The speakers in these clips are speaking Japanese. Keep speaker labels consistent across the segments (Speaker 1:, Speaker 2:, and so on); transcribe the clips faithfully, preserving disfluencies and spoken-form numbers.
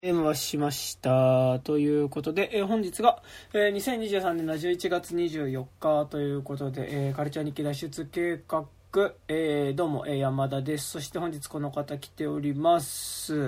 Speaker 1: えー、回しました。ということで、えー、本日が、えー、にせんにじゅうさんねんのじゅういちがつにじゅうよっかということで、えー、カルチャー日記脱出計画、えー、どうも、えー、山田です。そして本日この方来ております。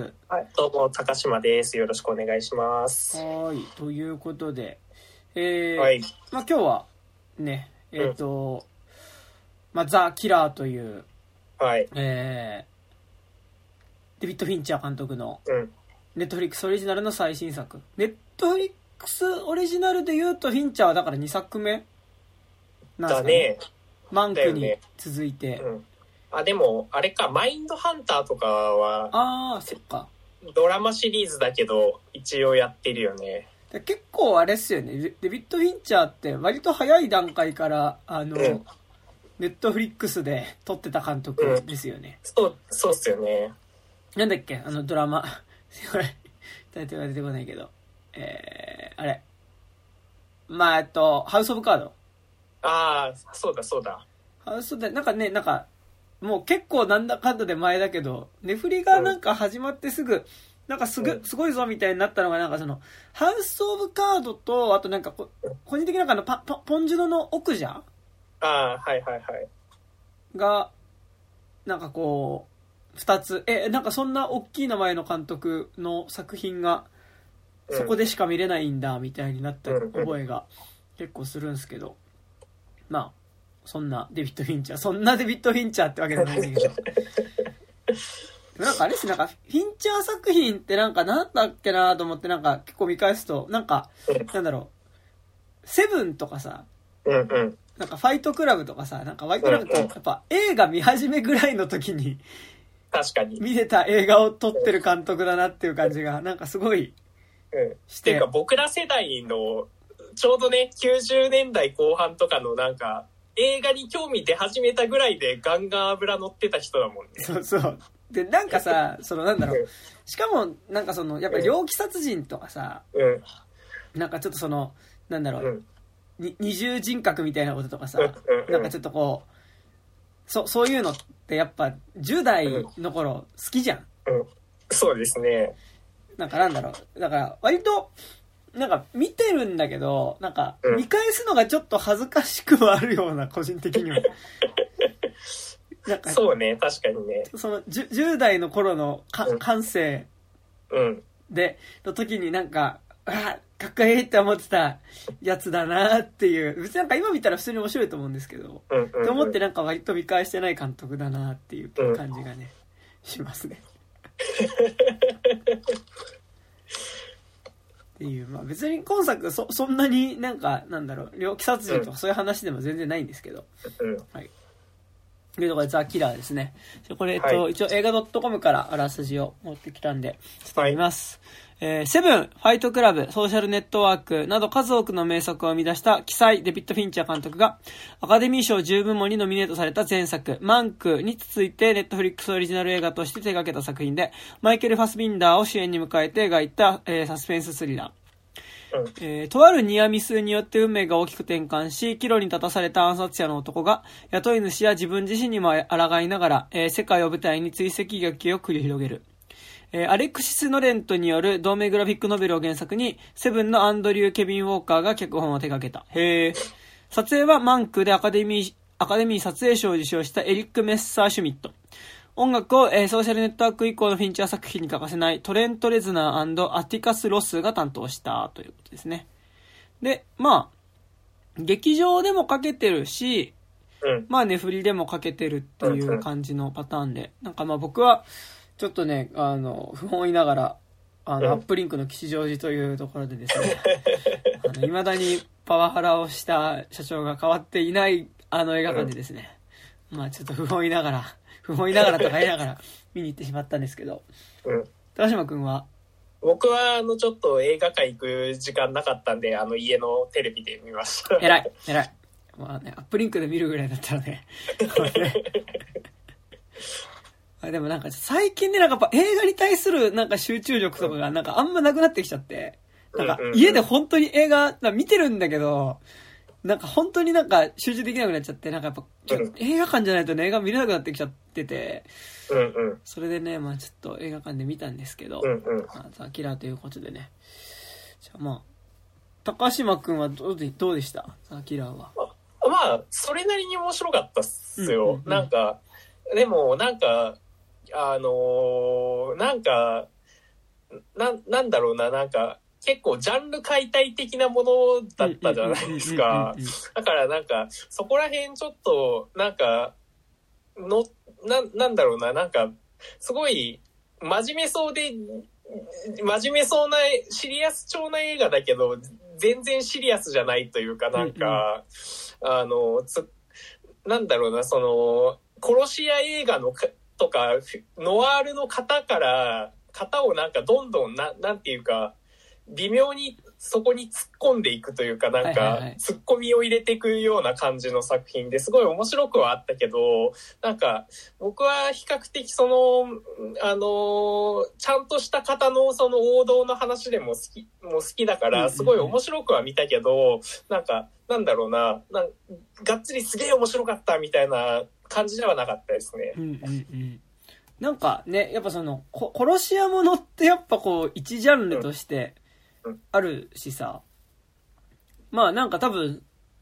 Speaker 2: はい、どうも、高島です。よろしくお願いします。
Speaker 1: はい、ということで、えー、
Speaker 2: はい。
Speaker 1: まあ今日はね、えっと、うん、まあザ・キラーという、
Speaker 2: はい。
Speaker 1: えー、デビッド・フィンチャー監督の、
Speaker 2: うん
Speaker 1: ネットフリックスオリジナルの最新作。ネットフリックスオリジナルで言うと、フィンチャーはだからにさくめなんですかね。だね。マンクに続いて。
Speaker 2: うん、あ、でも、あれか、マインドハンターとかは、
Speaker 1: ああ、そっか。
Speaker 2: ドラマシリーズだけど、一応やってるよね。
Speaker 1: 結構あれっすよね。デビッド・フィンチャーって割と早い段階から、あの、うん、ネットフリックスで撮ってた監督ですよね。
Speaker 2: うん、そう、そうっすよね。
Speaker 1: なんだっけあのドラマ。これ、タイトルが出てこないけど。えー、あれ。まあ、えっと、ハウスオブカード。
Speaker 2: ああ、そうだそうだ。
Speaker 1: ハウスで、なんかね、なんか、もう結構なんだかんだで前だけど、ネフリがなんか始まってすぐ、うん、なんかすぐ、すごいぞみたいになったのが、なんかその、ハウスオブカードと、あとなんかこ、個人的ななんかのパ、パ、ポンジュノの奥じゃ
Speaker 2: ああ、はいはいはい。
Speaker 1: が、なんかこう、二つ、え、なんかそんな大きい名前の監督の作品が、そこでしか見れないんだ、みたいになった覚えが結構するんですけど、まあ、そんなデビッド・フィンチャー、そんなデビッド・フィンチャーってわけじゃないんだけど、なんかあれっす、なんかフィンチャー作品ってなんかなんだっけなと思ってなんか結構見返すと、なんか、なんだろう、セブンとかさ、
Speaker 2: うんうん、
Speaker 1: なんかファイトクラブとかさ、なんか割となんかこう、やっぱ映画見始めぐらいの時に、
Speaker 2: 確かに
Speaker 1: 見れた映画を撮ってる監督だなっていう感じがなんかすごいして、
Speaker 2: うん、ていうか僕ら世代のちょうどねきゅうじゅうねんだいこう半とかのなんか映画に興味出始めたぐらいでガンガン油乗ってた人だもんね。
Speaker 1: そうそうでなんかさそのなんだろう、しかもなんかそのやっぱり猟奇殺人とかさ、うん、なんかちょっとそのなんだろう、うん、に二重人格みたいなこととかさ、うん、なんかちょっとこうそそういうのってやっぱじゅう代の頃好きじゃん、
Speaker 2: うんうん、そうですね。
Speaker 1: なんかなんだろうだから割となんか見てるんだけどなんか見返すのがちょっと恥ずかしくはあるような個人的には
Speaker 2: なんかそうね確かにね
Speaker 1: その 10, じゅう代の頃のか、うん、感性での時になんかあかっこいいって思ってたやつだなっていう別になんか今見たら普通に面白いと思うんですけど、うんうんうん、って思ってなんか割と見返してない監督だなっていう感じがね、うん、しますねっていうまあ別に今作 そ, そんなになんかなんだろう猟奇殺人とかそういう話でも全然ないんですけど、うん、はいというところでザ・キラーですね。これ、えっと、はい、一応映画 .com からあらすじを持ってきたんで、ちょっと見ます。はい、えー、セブン、ファイトクラブ、ソーシャルネットワークなど数多くの名作を生み出した奇才デビッド・フィンチャー監督が、アカデミー賞じゅう部門にノミネートされた前作、マンクに続いてネットフリックスオリジナル映画として手掛けた作品で、マイケル・ファスビンダーを主演に迎えて描いた、えー、サスペンススリラー。えー、とあるニアミスによって運命が大きく転換し岐路に立たされた暗殺者の男が雇い主や自分自身にも抗いながら、えー、世界を舞台に追跡劇を繰り広げる、えー、アレクシス・ノレントによる同名グラフィックノベルを原作にセブンのアンドリュー・ケビン・ウォーカーが脚本を手掛けた。へー。撮影はマンクでアカデミーアカデミー撮影賞を受賞したエリック・メッサー・シュミット。音楽を、えー、ソーシャルネットワーク以降のフィンチャー作品に欠かせないトレント・レズナー&アティカス・ロスが担当したということですね。で、まあ、劇場でもかけてるし、うん、まあネフリでもかけてるっていう感じのパターンで、なんかまあ僕は、ちょっとね、あの、不本意ながら、あの、うん、アップリンクの吉祥寺というところでですね、あの、未だにパワハラをした社長が変わっていないあの映画館でですね、うん、まあちょっと不本意ながら、不本意ながらとか言いながら見に行ってしまったんですけど、うん、高島くんは
Speaker 2: 僕はあのちょっと映画館行く時間なかったんであの家のテレビで見ました。
Speaker 1: 偉い偉い。まあねアップリンクで見るぐらいだったらね。これねあでもなんか最近ねなんかやっぱ映画に対するなんか集中力とかがなんかあんまなくなってきちゃって、なんか家で本当に映画見てるんだけどなんか本当になんか集中できなくなっちゃって、なんかやっぱ、ちょっと映画館じゃないとね、映画見れなくなってきちゃってて、
Speaker 2: うんうん、
Speaker 1: それでね、まあちょっと映画館で見たんですけど、
Speaker 2: うんうん、
Speaker 1: まあ、ザ・キラーということでね。じゃあまあ、高島くんはどうで、どうでしたザ・キラーは。
Speaker 2: まあ、それなりに面白かったっすよ。
Speaker 1: うんうんうん、
Speaker 2: なんか、でもなんか、あのー、なんか、な、なんだろうな、なんか、結構ジャンル解体的なものだったじゃないですか。だからなんか、そこら辺ちょっと、なんか、の、な、なんだろうな、なんか、すごい、真面目そうで、真面目そうな、シリアス調な映画だけど、全然シリアスじゃないというか、なんか、うんうん、あの、つ、なんだろうな、その、殺し屋映画のか、とか、ノワールの型から、型をなんかどんどんな、なんていうか、微妙にそこに突っ込んでいくというか、なんか突っ込みを入れていくような感じの作品ですごい面白くはあったけど、なんか僕は比較的そのあのちゃんとした方のその王道の話でも好きも好きだからすごい面白くは見たけど、なんかなんだろうな、なんがっつりすげえ面白かったみたいな感じではなかったですね。
Speaker 1: うんうんうん、なんかね、やっぱその殺し屋ものってやっぱこう一ジャンルとして、うんあるしさ、まあなんか多分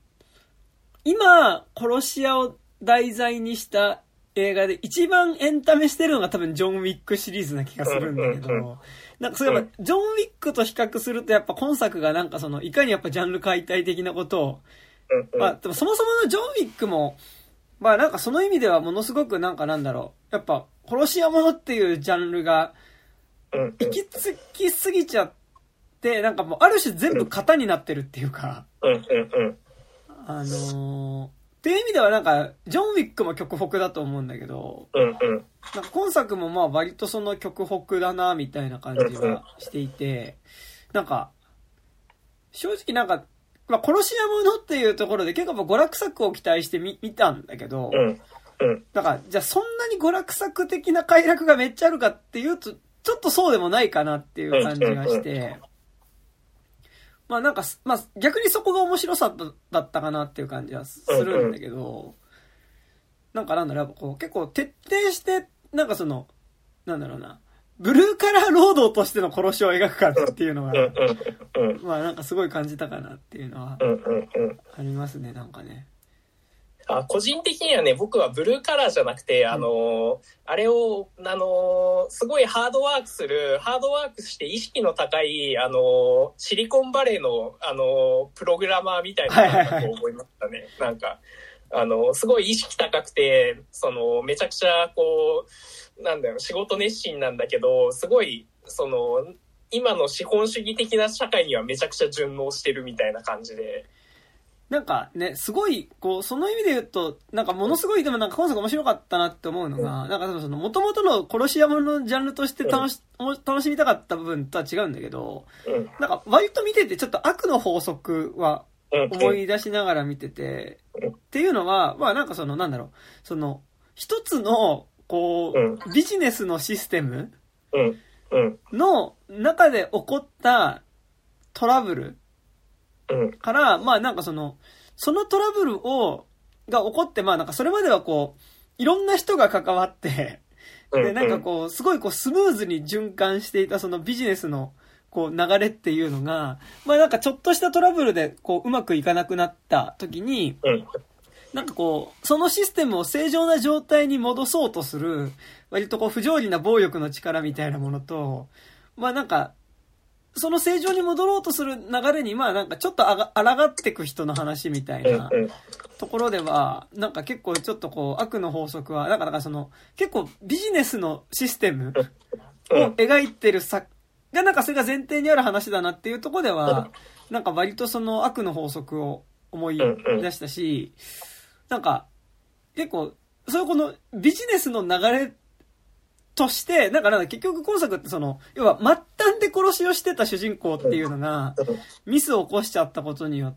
Speaker 1: 今殺し屋を題材にした映画で一番エンタメしてるのが多分ジョン・ウィックシリーズな気がするんだけど、なんかそれやっぱジョン・ウィックと比較するとやっぱ今作がなんかそのいかにやっぱジャンル解体的なことを、まあでもそもそものジョン・ウィックもまあなんかその意味ではものすごくなんかなんだろう、やっぱ殺し屋ものっていうジャンルが行き着きすぎちゃってで、なんかもうある種全部型になってるっていうか、
Speaker 2: うんうんうん、
Speaker 1: あのー、っていう意味ではなんかジョン・ウィックも曲北だと思うんだけど、
Speaker 2: うんうん、
Speaker 1: なんか今作もまあ割とその曲北だなみたいな感じはしていて、なんか正直なんか、まあ、殺し屋ものっていうところで結構娯楽作を期待してみ見たんだけど、
Speaker 2: うんうん、
Speaker 1: だからじゃあそんなに娯楽作的な快楽がめっちゃあるかっていうとちょっとそうでもないかなっていう感じがして。まあなんか、まあ逆にそこが面白さだったかなっていう感じはするんだけど、うんうん、なんかなんだろう、やっぱこう結構徹底して、なんかその、なんだろうな、ブルーカラー労働としての殺しを描くかっていうのが、まあなんかすごい感じたかなっていうのはありますね、なんかね。
Speaker 2: あ、個人的にはね、僕はブルーカラーじゃなくて、あのー、あれを、あのー、すごいハードワークする、ハードワークして意識の高い、あのー、シリコンバレーの、あのー、プログラマーみたいな感覚を覚えましたね。なんか、あのー、すごい意識高くて、その、めちゃくちゃ、こう、なんだろう、仕事熱心なんだけど、すごい、その、今の資本主義的な社会にはめちゃくちゃ順応してるみたいな感じで、
Speaker 1: なんかね、すごい、こう、その意味で言うと、なんかものすごい、でもなんか今作面白かったなって思うのが、うん、なんかその、元々の殺し屋もののジャンルとして楽し、うん、楽しみたかった部分とは違うんだけど、うん、なんか割と見ててちょっと悪の法則は思い出しながら見てて、うん、っていうのは、まあなんかその、なんだろう、その、一つの、こう、ビジネスのシステムの中で起こったトラブル、から、まあなんかその、そのトラブルを、が起こって、まあなんかそれまではこう、いろんな人が関わって、で、なんかこう、すごいこうスムーズに循環していたそのビジネスのこう流れっていうのが、まあなんかちょっとしたトラブルでこううまくいかなくなった時に、なんかこう、そのシステムを正常な状態に戻そうとする、割とこう不条理な暴力の力みたいなものと、まあなんか、その正常に戻ろうとする流れに、まあなんかちょっとあが、抗ってく人の話みたいなところでは、なんか結構ちょっとこう悪の法則は、なんかだからその結構ビジネスのシステムを描いてる作がなんかそれが前提にある話だなっていうところでは、なんか割とその悪の法則を思い出したし、なんか結構そういうこのビジネスの流れとして、なんかなんか結局今作ってその、要は末端で殺しをしてた主人公っていうのが、ミスを起こしちゃったことによって、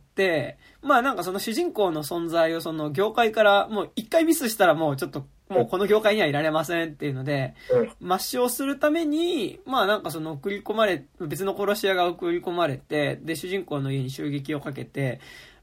Speaker 1: まあなんかその主人公の存在をその業界からもう一回ミスしたらもうちょっと、もうこの業界にはいられませんっていうので、抹消するために、まあなんかその送り込まれ、別の殺し屋が送り込まれて、で主人公の家に襲撃をかけて、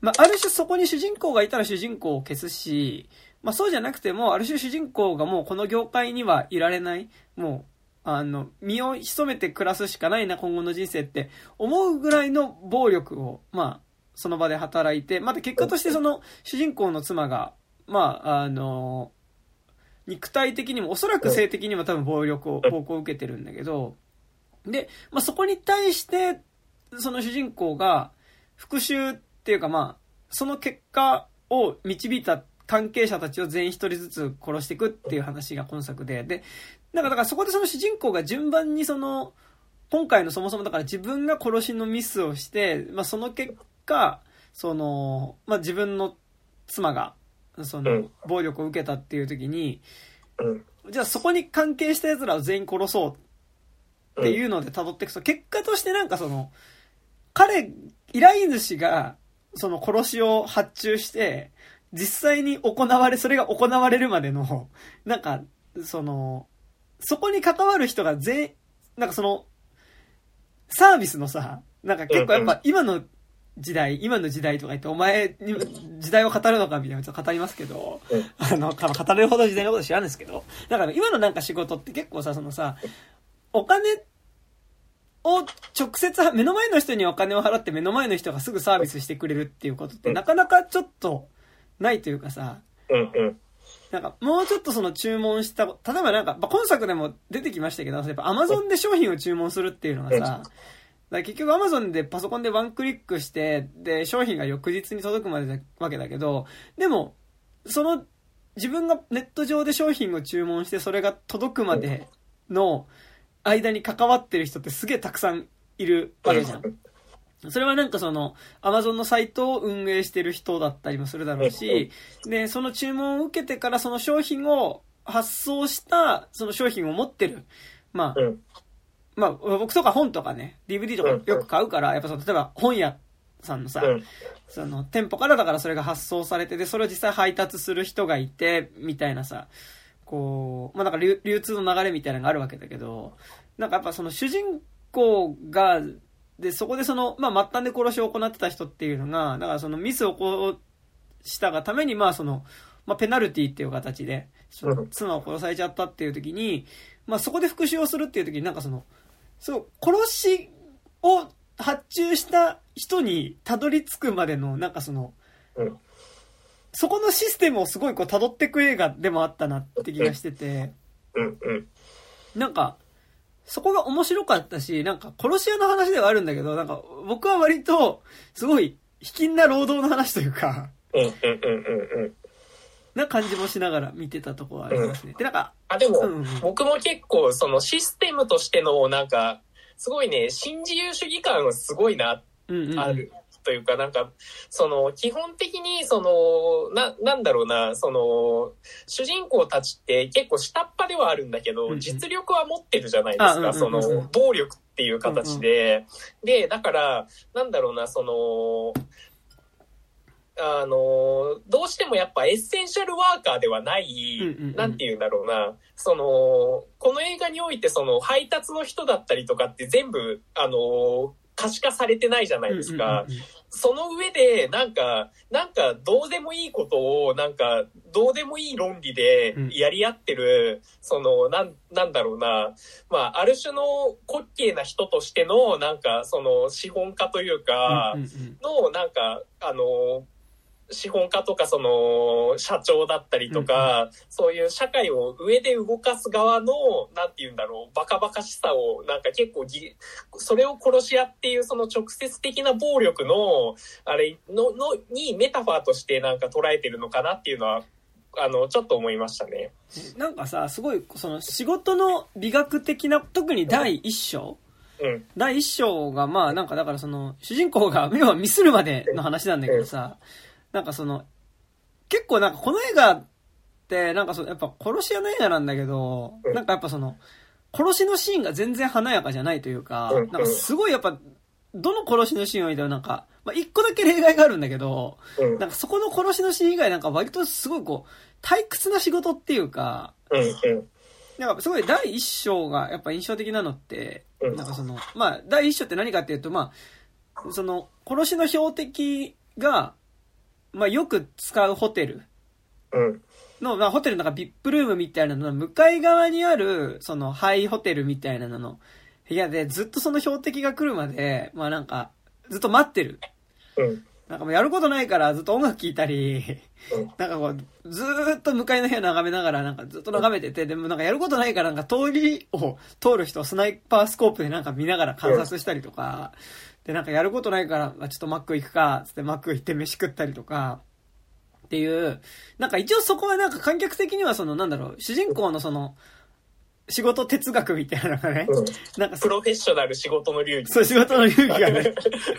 Speaker 1: まあ、ある種そこに主人公がいたら主人公を消すし、まあ、そうじゃなくても、ある種主人公がもうこの業界にはいられない、もう、あの、身を潜めて暮らすしかないな、今後の人生って思うぐらいの暴力を、まあ、その場で働いて、また結果としてその主人公の妻が、まあ、あの、肉体的にも、おそらく性的にも多分暴力を、暴行を受けてるんだけど、で、まあ、そこに対して、その主人公が、復讐っていうかまあ、その結果を導いた関係者たちを全員一人ずつ殺していくっていう話が今作で、で、なんかだからそこでその主人公が順番にその、今回のそもそもだから自分が殺しのミスをして、まあその結果、その、まあ自分の妻が、その、暴力を受けたっていう時に、じゃあそこに関係した奴らを全員殺そうっていうので辿っていくと、結果としてなんかその、彼、依頼主が、その殺しを発注して、実際に行われ、それが行われるまでの、なんか、その、そこに関わる人が全員、なんかその、サービスのさ、なんか結構やっぱ今の時代、今の時代とか言って、お前に時代を語るのかみたいなちょっと語りますけど、あの、語れるほど時代のこと知らんですけど、だから今のなんか仕事って結構さ、そのさ、お金を直接、目の前の人にお金を払って目の前の人がすぐサービスしてくれるっていうことってなかなかちょっとないというかさ、なんかもうちょっとその注文した、例えばなんか、まあ、今作でも出てきましたけど、やっぱ Amazon で商品を注文するっていうのがさ、だから結局 Amazon でパソコンでワンクリックして、で、商品が翌日に届くまでだわけだけど、でも、その自分がネット上で商品を注文してそれが届くまでの間に関わってる人ってすげえたくさんいるわけじゃん。それはなんかその Amazon のサイトを運営してる人だったりもするだろうし、で、その注文を受けてからその商品を発送したその商品を持ってる。まあ、まあ僕とか本とかね、ディーブイディー とかよく買うから、やっぱその例えば本屋さんのさ、その店舗からだからそれが発送されて、で、それを実際配達する人がいて、みたいなさ、こう、まあなんか 流, 流通の流れみたいなのがあるわけだけど、なんかやっぱその主人公が、で、そこでその、まあ、末端で殺しを行ってた人っていうのが、だからそのミスをこうしたがために、まあその、まあ、ペナルティっていう形で、その妻を殺されちゃったっていう時に、まあそこで復讐をするっていう時に、なんかその、そう、殺しを発注した人にたどり着くまでの、なんかその、そこのシステムをすごいこう辿っていく映画でもあったなって気がしてて、なんか、そこが面白かったし、なんか殺し屋の話ではあるんだけど、なんか僕は割とすごい卑近な労働の話というか、な感じもしながら見てたところはありますね。うん、でなんか
Speaker 2: あでも、うんうん、僕も結構そのシステムとしてのなんかすごいね新自由主義感がすごいな、うんうんうん、ある。というか、なんか、その、基本的に、その、な、なんだろうな、その、主人公たちって結構下っ端ではあるんだけど、うんうん、実力は持ってるじゃないですか、その、暴力っていう形で、うんうん。で、だから、なんだろうな、その、あの、どうしてもやっぱエッセンシャルワーカーではない、うんうんうん、なんていうんだろうな、その、この映画においてその配達の人だったりとかって全部、あの、可視化されてないじゃないですか、うんうんうんうん、その上でなんかなんかどうでもいいことをなんかどうでもいい論理でやり合ってる、うん、そのなんなんだろうな、まあある種の滑稽な人としてのなんかその資本家というかのなんかあの資本家とかその社長だったりとか、うんうん、そういう社会を上で動かす側のなんて言うんだろうバカバカしさをなんか結構ぎそれを殺し屋っていうその直接的な暴力のあれののにメタファーとしてなんか捉えてるのかなっていうのはあのちょっと思いましたね。
Speaker 1: なんかさすごいその仕事の美学的な特にだいいっ章、うん、だいいっ章がまあなんかだからその主人公が目をミスるまでの話なんだけどさ、うんなんかその、結構なんかこの映画って、なんかその、やっぱ殺し屋の映画なんだけど、うん、なんかやっぱその、殺しのシーンが全然華やかじゃないというか、うん、なんかすごいやっぱ、どの殺しのシーンを見てもなんか、まあ一個だけ例外があるんだけど、うん、なんかそこの殺しのシーン以外なんか割とすごいこう、退屈な仕事っていうか、うん、なんかすごいだいいっ章がやっぱ印象的なのって、なんかその、まあだいいっ章って何かっていうと、まあ、その、殺しの標的が、 まあよく使うホテル
Speaker 2: うん
Speaker 1: の、まあホテルのなんか ブイアイピー ルームみたいなのの向かい側にある、そのハイホテルみたいなのの部屋でずっとその標的が来るまで、まあなんかずっと待ってる。
Speaker 2: うん。
Speaker 1: なんかもうやることないからずっと音楽聴いたり、
Speaker 2: うん、
Speaker 1: なんかこう、ずーっと向かいの部屋眺めながらなんかずっと眺めてて、でもなんかやることないからなんか通りを通る人をスナイパースコープでなんか見ながら観察したりとか、でなんかやることないから、ちょっとマック行くか、つってマック行って飯食ったりとか、っていう、なんか一応そこはなんか観客的にはそのなんだろう、主人公のその、仕事哲学みたいなのがね、うん、
Speaker 2: なんかプロフェッショナル仕事の流儀。
Speaker 1: そう、仕事の流儀がね、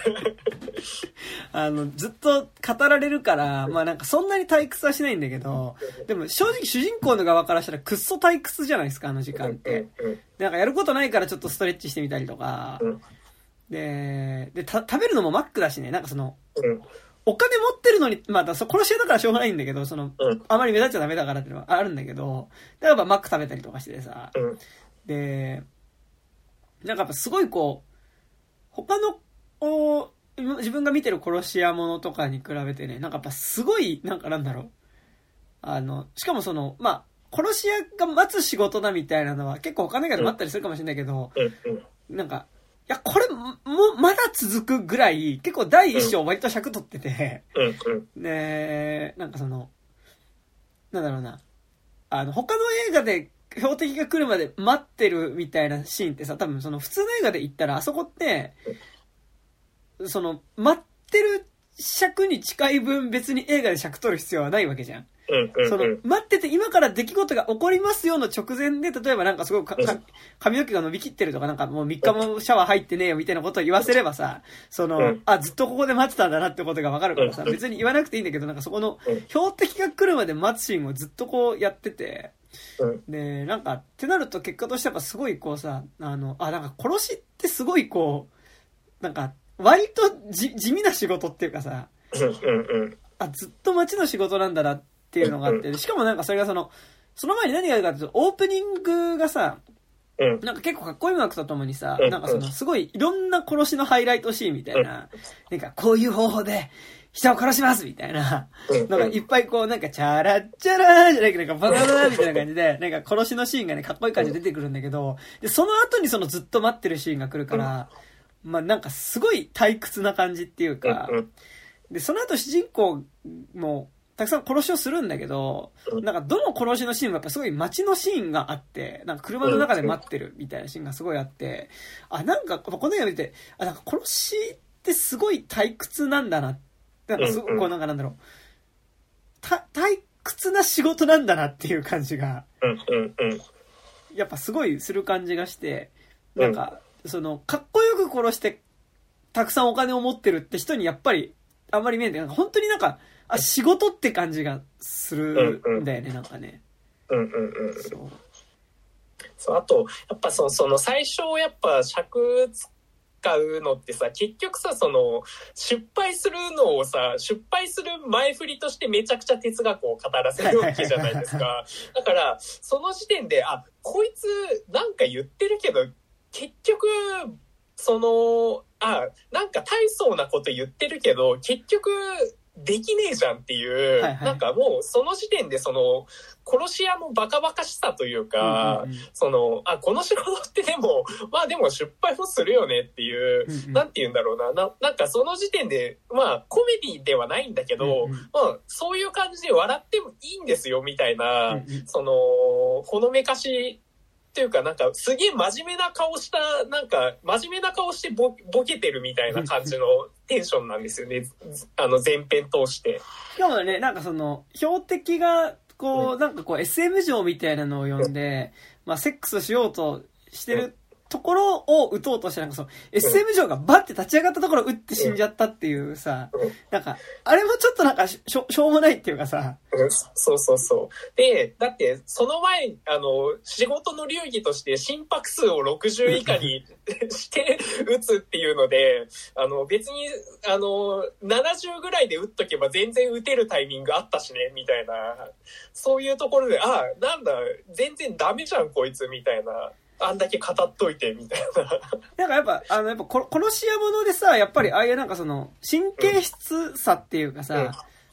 Speaker 1: あの、ずっと語られるから、まあなんかそんなに退屈はしないんだけど、でも正直主人公の側からしたらくっそ退屈じゃないですか、あの時間って。なんかやることないからちょっとストレッチしてみたりとか、で、で、た食べるのもマックだしね、なんかその、お金持ってるのに、まあ、殺し屋だからしょうがないんだけど、その、うん、あまり目立っちゃダメだからっていうのはあるんだけど、だからマック食べたりとかしてさ、うん、で、なんかやっぱすごいこう、他の、お自分が見てる殺し屋ものとかに比べてね、なんかやっぱすごい、なんかなんだろう、あの、しかもその、まあ、殺し屋が待つ仕事だみたいなのは結構他の映画でもあったりするかもしれないけど、うん、なんか、いや、これ、も、まだ続くぐらい、結構第一章割と尺取ってて、うん、で、なんかその、なんだろうな、あの、他の映画で標的が来るまで待ってるみたいなシーンってさ、多分その普通の映画で言ったら、あそこって、その、待ってる尺に近い分別に映画で尺取る必要はないわけじゃん。その待ってて今から出来事が起こりますよの直前で、例えばなんかすごいかか髪の毛が伸びきってるとか、なんかもうみっかもシャワー入ってねえよみたいなことを言わせればさ、その、あ、ずっとここで待ってたんだなってことがわかるからさ、別に言わなくていいんだけど、なんかそこの標的が来るまで待つシーンをずっとこうやってて、で、なんかってなると結果としてやっぱすごいこうさ、あの、あ、なんか殺しってすごいこう、なんか割とじ地味な仕事っていうかさ、あ、ずっと待ちの仕事なんだなってっていうのがあって、しかもなんかそれがその、その前に何があるかっていうと、オープニングがさ、なんか結構かっこいい音楽とともにさ、なんかそのすごいいろんな殺しのハイライトシーンみたいな、なんかこういう方法で人を殺しますみたいな、なんかいっぱいこうなんかチャラッチャラーじゃないけど、なんかバナナみたいな感じで、なんか殺しのシーンがね、かっこいい感じで出てくるんだけど、で、その後にそのずっと待ってるシーンが来るから、まあなんかすごい退屈な感じっていうか、で、その後主人公も、たくさん殺しをするんだけど、なんかどの殺しのシーンもやっぱすごい街のシーンがあって、なんか車の中で待ってるみたいなシーンがすごいあって、あ、なんかこの映画見て、あ、なんか殺しってすごい退屈なんだな。なんかすごいこうなんかなんだろう。た、退屈な仕事なんだなっていう感じが、やっぱすごいする感じがして、なんか、その、かっこよく殺して、たくさんお金を持ってるって人にやっぱり、あんまり見えない。なんか本当になんか、あ、仕事って感じがするんだよね、うんうん、なんかね。
Speaker 2: うんうんうん。そう。そう、あと、やっぱその、その最初やっぱ尺使うのってさ、結局さ、その、失敗するのをさ、失敗する前振りとしてめちゃくちゃ哲学を語らせるわけじゃないですか。だから、その時点で、あ、こいつなんか言ってるけど、結局、その、あ、なんか大層なこと言ってるけど、結局、できねえじゃんっていう、はいはい、なんかもうその時点でその殺し屋のバカバカしさというか、うんうんうん、そのあこの仕事ってでもまあでも失敗もするよねっていう、うんうん、なんて言うんだろうな、ななんかその時点でまあコメディではないんだけど、うんうん、まあそういう感じで笑ってもいいんですよみたいな、うんうん、そのほのめかしっていうかなんかすげえ真面目な顔したなんか真面目な顔してボ、ボケてるみたいな感じのテンションなんですよね。あの前編通して。
Speaker 1: しかもねなんかその標的がこう、うん、なんかこう エスエム 嬢みたいなのを呼んで、うん、まあセックスしようとしてるところを撃とうとしてなんかその エスエム 嬢がバッて立ち上がったところを撃って死んじゃったっていうさ、うん、なんかあれもちょっとなんかし ょ, しょうもないっていうかさ、
Speaker 2: うん、そうそうそうでだってその前あの仕事の流儀として心拍数をろくじゅう以下にして撃つっていうのであの別にあのななじゅうぐらいで撃っとけば全然撃てるタイミングあったしねみたいなそういうところであなんだ全然ダメじゃんこいつみたいなあんだけ語っといてみたいな
Speaker 1: なんかやっぱあのやっぱ殺し屋ものでさやっぱりああいうなんかその神経質さっていうかさ、うん、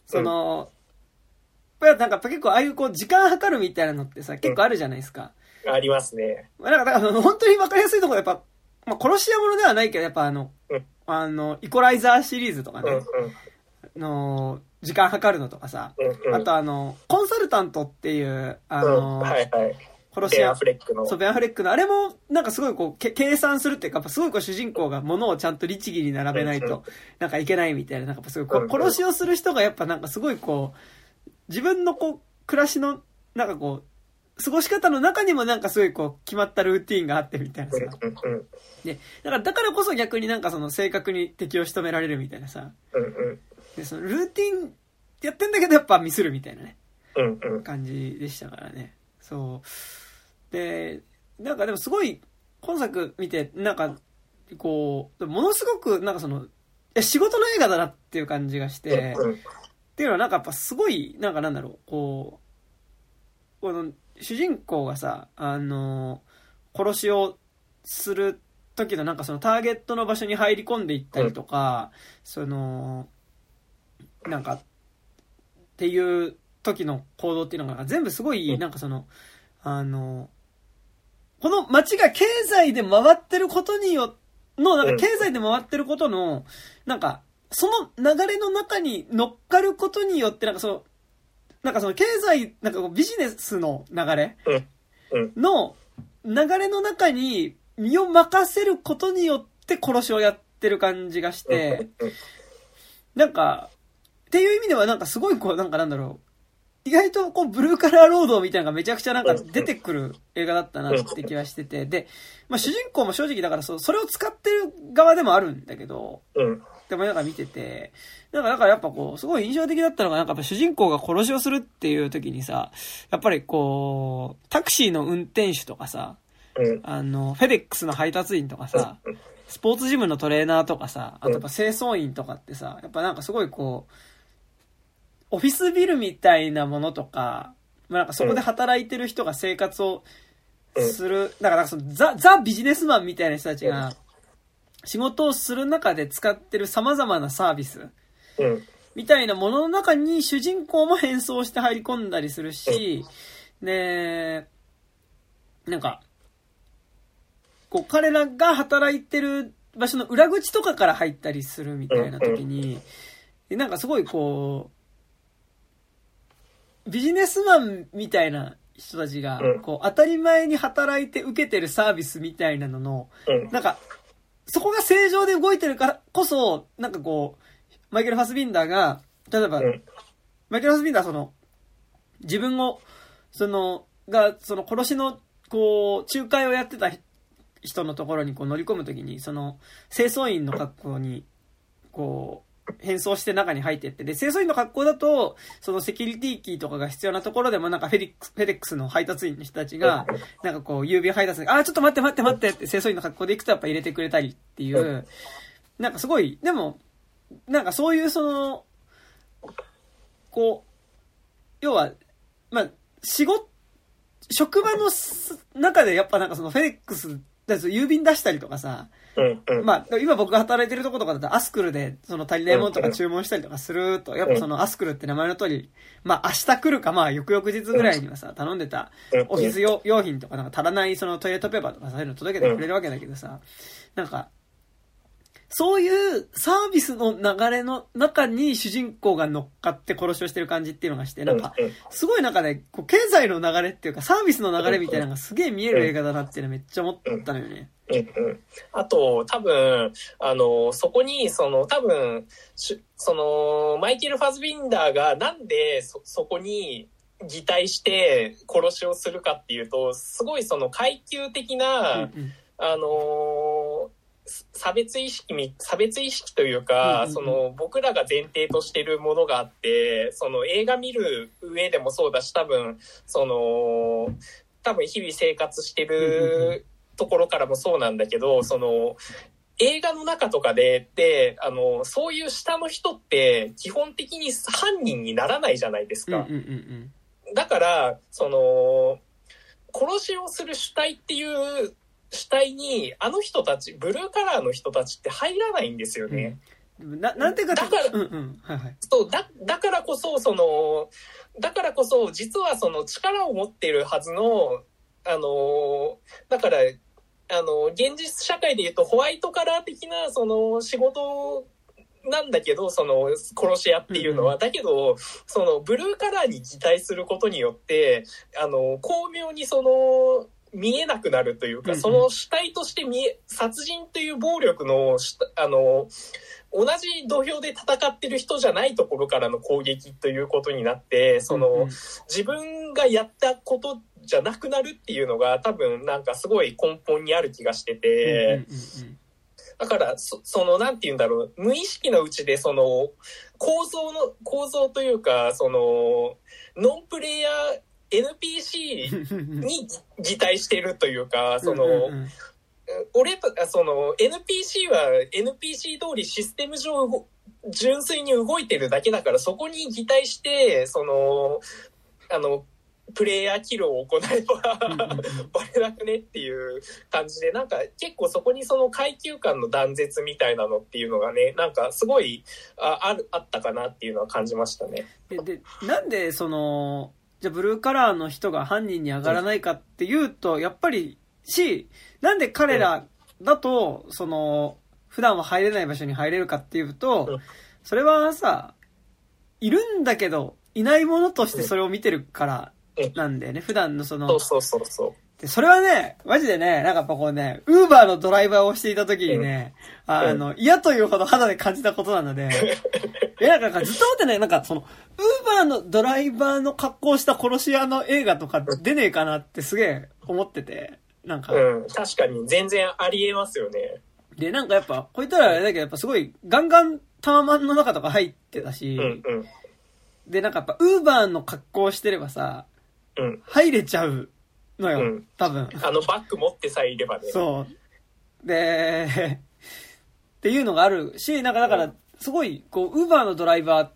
Speaker 1: その、うん、やっぱなんか結構ああいうこう時間計るみたいなのってさ、結構あるじゃないですか。
Speaker 2: うん、ありますね。
Speaker 1: なんか、だから本当にわかりやすいところやっぱ、まあ殺し屋ものではないけど、やっぱあの、うん、あの、イコライザーシリーズとかね、うん、の、時間計るのとかさ、うんうん、あとあの、コンサルタントっていう、あの、
Speaker 2: うん、はいはい。
Speaker 1: 殺し屋。
Speaker 2: ベンアフレックの。
Speaker 1: そう、ベンアフレックの。あれも、なんかすごいこう、計算するっていうか、すごいこう主人公が物をちゃんと律儀に並べないと、なんかいけないみたいな、なんかすごいこう、殺しをする人がやっぱなんかすごいこう、自分のこう、暮らしの、なんかこう、過ごし方の中にもなんかすごいこう、決まったルーティーンがあってみたいなさ。で、だからだからこそ逆になんかその正確に敵を仕留められるみたいなさ。で、そのルーティンやってんだけどやっぱミスるみたいなね。感じでしたからね。そう。で、なんかでもすごい、今作見て、なんか、こう、ものすごく、なんかその、仕事の映画だなっていう感じがして、っていうのはなんかやっぱすごい、なんかなんだろう、こう、この、主人公がさ、あの、殺しをする時のなんかそのターゲットの場所に入り込んでいったりとか、その、なんか、っていう時の行動っていうのが全部すごい、なんかその、あの、この街が経済で回ってることによの、なんか経済で回ってることの、なんか、その流れの中に乗っかることによって、なんかその、なんかその経済、なんかビジネスの流れの流れの中に身を任せることによって殺しをやってる感じがして、なんか、っていう意味ではなんかすごいこう、なんかなんだろう、意外とこうブルーカラー労働みたいなのがめちゃくちゃなんか出てくる映画だったなって気がしてて、で、まあ主人公も正直だからそそれを使ってる側でもあるんだけど、でもなんか見てて、なんかだからやっぱこうすごい印象的だったのがなんかやっぱ主人公が殺しをするっていう時にさ、やっぱりこうタクシーの運転手とかさ、あのフェデックスの配達員とかさ、スポーツジムのトレーナーとかさ、あとやっぱ清掃員とかってさ、やっぱなんかすごいこうオフィスビルみたいなものとか、まあ、なんかそこで働いてる人が生活をする、だからそのザ、ザビジネスマンみたいな人たちが仕事をする中で使ってる様々なサービスみたいなものの中に主人公も変装して入り込んだりするし、で、なんか、こう彼らが働いてる場所の裏口とかから入ったりするみたいな時に、なんかすごいこう、ビジネスマンみたいな人たちが、こう、当たり前に働いて受けてるサービスみたいなのの、なんか、そこが正常で動いてるからこそ、なんかこう、マイケル・ファスビンダーが、例えば、マイケル・ファスビンダーはその、自分を、その、が、その殺しの、こう、仲介をやってた人のところにこう乗り込むときに、その、清掃員の格好に、こう、変装して中に入ってって、で、清掃員の格好だと、そのセキュリティキーとかが必要なところでもなんかフェデックス、フェデックスの配達員の人たちが、なんかこう、郵便配達に、あ、ちょっと待って待って待ってって清掃員の格好で行くとやっぱ入れてくれたりっていう、なんかすごい、でも、なんかそういうその、こう、要は、まあ、仕事、職場の中でやっぱなんかそのフェデックス、郵便出したりとかさ、うんうん、まあ、今僕が働いてるところとかだとアスクルでその足りないものとか注文したりとかすると、やっぱそのアスクルって名前の通り、まあ明日来るかまあ翌々日ぐらいにはさ、頼んでたオフィス用用品とかなんか足らないそのトイレットペーパーとかそういうの届けてくれるわけだけどさ、なんか、そういうサービスの流れの中に主人公が乗っかって殺しをしてる感じっていうのがして、なんか、すごいなんかね、こう経済の流れっていうかサービスの流れみたいなのがすげえ見える映画だなっていうのめっちゃ思ったのよね。
Speaker 2: うんうん、あと多分あのそこにその多分そのマイケル・ファズビンダーがなんで そ, そこに擬態して殺しをするかっていうと、すごいその階級的な、うんうん、あの差別意識差別意識というか、うんうんうん、その僕らが前提としてるものがあって、その映画見る上でもそうだし、多分その多分日々生活してる、うんうん、ところからもそうなんだけど、その映画の中とかでってあのそういう下の人って基本的に犯人にならないじゃないですか、うんうんうんうん、だからその殺しをする主体っていう主体にあの人たちブルーカラーの人たちって入らないんですよね、
Speaker 1: な、なんていうか
Speaker 2: だから、
Speaker 1: うんうん、はいはい。
Speaker 2: そう、だ、だからこそ、その、だからこそ、実はその力を持っているはずの、あの、だから、あの、現実社会で言うとホワイトカラー的な、その仕事なんだけど、その殺し屋っていうのは、うんうん、だけど、そのブルーカラーに擬態することによって、あの、巧妙にその、見えなくなるというか、うんうん、その主体として見え、殺人という暴力の、あの、同じ土俵で戦ってる人じゃないところからの攻撃ということになって、その、うんうん、自分がやったことじゃなくなるっていうのが多分なんかすごい根本にある気がしてて、うんうんうんうん、だからそ、そのなんて言うんだろう、無意識のうちでその構造の、構造というか、その、ノンプレイヤー、エヌピーシー に擬態しているというか、その、うんうんうん、俺と、その エヌピーシー は エヌピーシー 通りシステム上純粋に動いてるだけだから、そこに擬態して、その、あの、プレイヤーキルを行えばバレなくねっていう感じで、なんか結構そこにその階級間の断絶みたいなのっていうのがね、なんかすごい あ, あ, るあったかなっていうのは感じましたね。
Speaker 1: で、でなんでその、じゃあブルーカラーの人が犯人に上がらないかっていうと、やっぱりし、なんで彼らだと、その、普段は入れない場所に入れるかっていうと、それはさ、いるんだけど、いないものとしてそれを見てるからなんだよね、普段のその。
Speaker 2: そうそうそうそう。
Speaker 1: で、それはね、マジでね、なんかやっぱこうね、ウーバーのドライバーをしていた時にね、うん、あの、嫌というほど肌で感じたことなので、いや、なんかずっと思ってね、なんかその、ウーバーのドライバーの格好した殺し屋の映画とか出ねえかなってすげえ思ってて、なんか。
Speaker 2: うん、確かに全然ありえますよね。
Speaker 1: で、なんかやっぱ、こう言ったらあれだけど、やっぱすごい、ガンガンタワマンの中とか入ってたし、
Speaker 2: うんうん、
Speaker 1: で、なんかやっぱ、ウーバーの格好してればさ、
Speaker 2: うん、
Speaker 1: 入れちゃうのよ、うん、多分。
Speaker 2: あのバッグ持ってさえいればね。
Speaker 1: そう。で、っていうのがあるし、なんかだから、すごい、こう、ウーバーのドライバーって、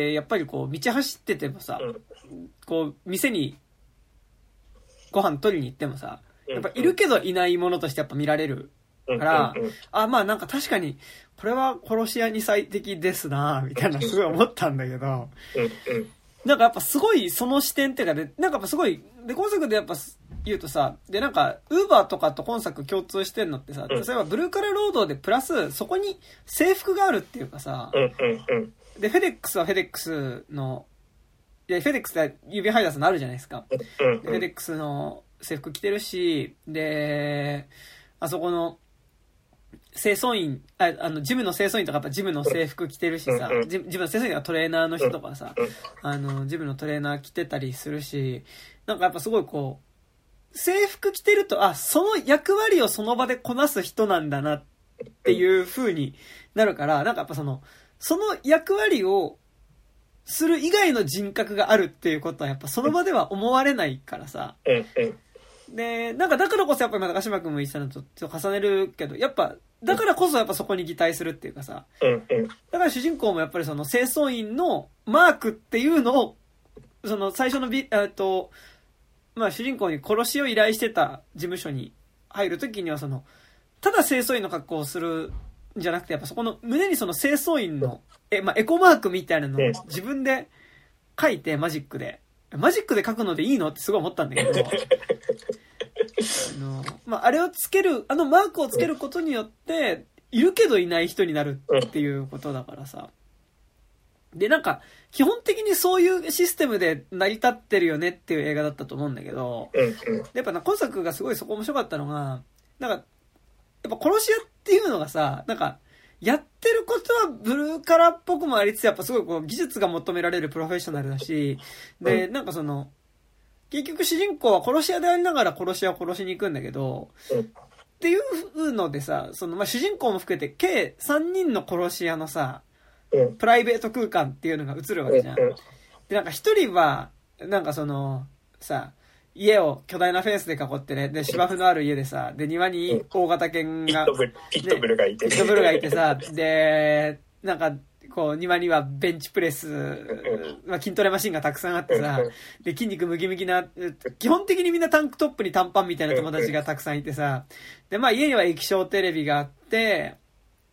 Speaker 1: やっぱりこう、道走っててもさ、うん、こう、店にご飯取りに行ってもさ、やっぱいるけどいないものとしてやっぱ見られるから、うんうんうん、あ、まあなんか確かに、これは殺し屋に最適ですなみたいなすごい思ったんだけど、
Speaker 2: うんうん、
Speaker 1: なんかやっぱすごいその視点っていうかね、なんかやっぱすごい、で、今作でやっぱ言うとさ、でなんか、ウーバーとかと今作共通してんのってさ、例えばブルーカラー労働でプラス、そこに制服があるっていうかさ、
Speaker 2: うんうんうん、
Speaker 1: で、フェデックスはフェデックスの、いや、フェデックスって郵便配達のあるじゃないですか。
Speaker 2: うんうん、
Speaker 1: でフェデックスの制服着てるし、で、あそこの、清掃員、あ、あの、ジムの清掃員とかやっぱジムの制服着てるしさ、うんうん、ジムの清掃員がトレーナーの人とかさ、
Speaker 2: うんうん、
Speaker 1: あの、ジムのトレーナー着てたりするし、なんかやっぱすごいこう、制服着てると、あ、その役割をその場でこなす人なんだなっていう風になるから、なんかやっぱその、その役割をする以外の人格があるっていうことはやっぱその場では思われないからさ、
Speaker 2: うんうん
Speaker 1: で、なんかだからこそやっぱり高島君も言ってたのとちょっと重ねるけど、やっぱ、だからこそやっぱそこに擬態するっていうかさ、
Speaker 2: うんうん、
Speaker 1: だから主人公もやっぱりその清掃員のマークっていうのを、その最初のビ、えっと、まあ主人公に殺しを依頼してた事務所に入るときにはその、ただ清掃員の格好をするんじゃなくて、やっぱそこの胸にその清掃員の、え、まあエコマークみたいなのを自分で書いてマジックで、マジックで書くのでいいのってすごい思ったんだけど、あの、まあ、あれをつける、あのマークをつけることによって、いるけどいない人になるっていうことだからさ。で、なんか、基本的にそういうシステムで成り立ってるよねっていう映画だったと思うんだけど、やっぱな、今作がすごいそこ面白かったのが、なんか、やっぱ殺し屋っていうのがさ、なんか、やってることはブルーカラーっぽくもありつつ、やっぱすごいこう技術が求められるプロフェッショナルだし、で、なんかその、結局主人公は殺し屋でありながら殺し屋を殺しに行くんだけど、っていうのでさ、その、まあ、主人公も含めて計さんにんの殺し屋のさ、プライベート空間っていうのが映るわけじゃん。で、なんか一人は、なんかその、さ、家を巨大なフェンスで囲ってね、で、芝生のある家でさ、で、庭に大型犬が、
Speaker 2: ピットブル、ピットブルがいて、
Speaker 1: ピットブルがいてさ、で、なんか、こう、庭にはベンチプレス、まあ、筋トレマシンがたくさんあってさ、で、筋肉ムキムキな、基本的にみんなタンクトップに短パンみたいな友達がたくさんいてさ、で、まあ、家には液晶テレビがあって、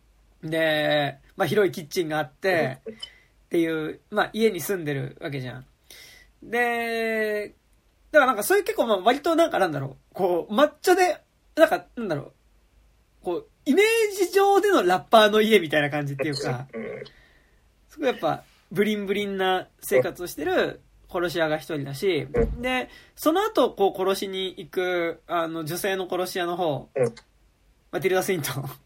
Speaker 1: で、まあ広いキッチンがあって、っていう、まあ家に住んでるわけじゃん。で、だからなんかそういう結構まあ割となんかなんだろう、こう、抹茶で、なんかなんだろう、こう、イメージ上でのラッパーの家みたいな感じっていうか、すごいやっぱブリンブリンな生活をしてる殺し屋が一人だし、で、その後こう殺しに行く、あの女性の殺し屋の方、マティルダ・スイントン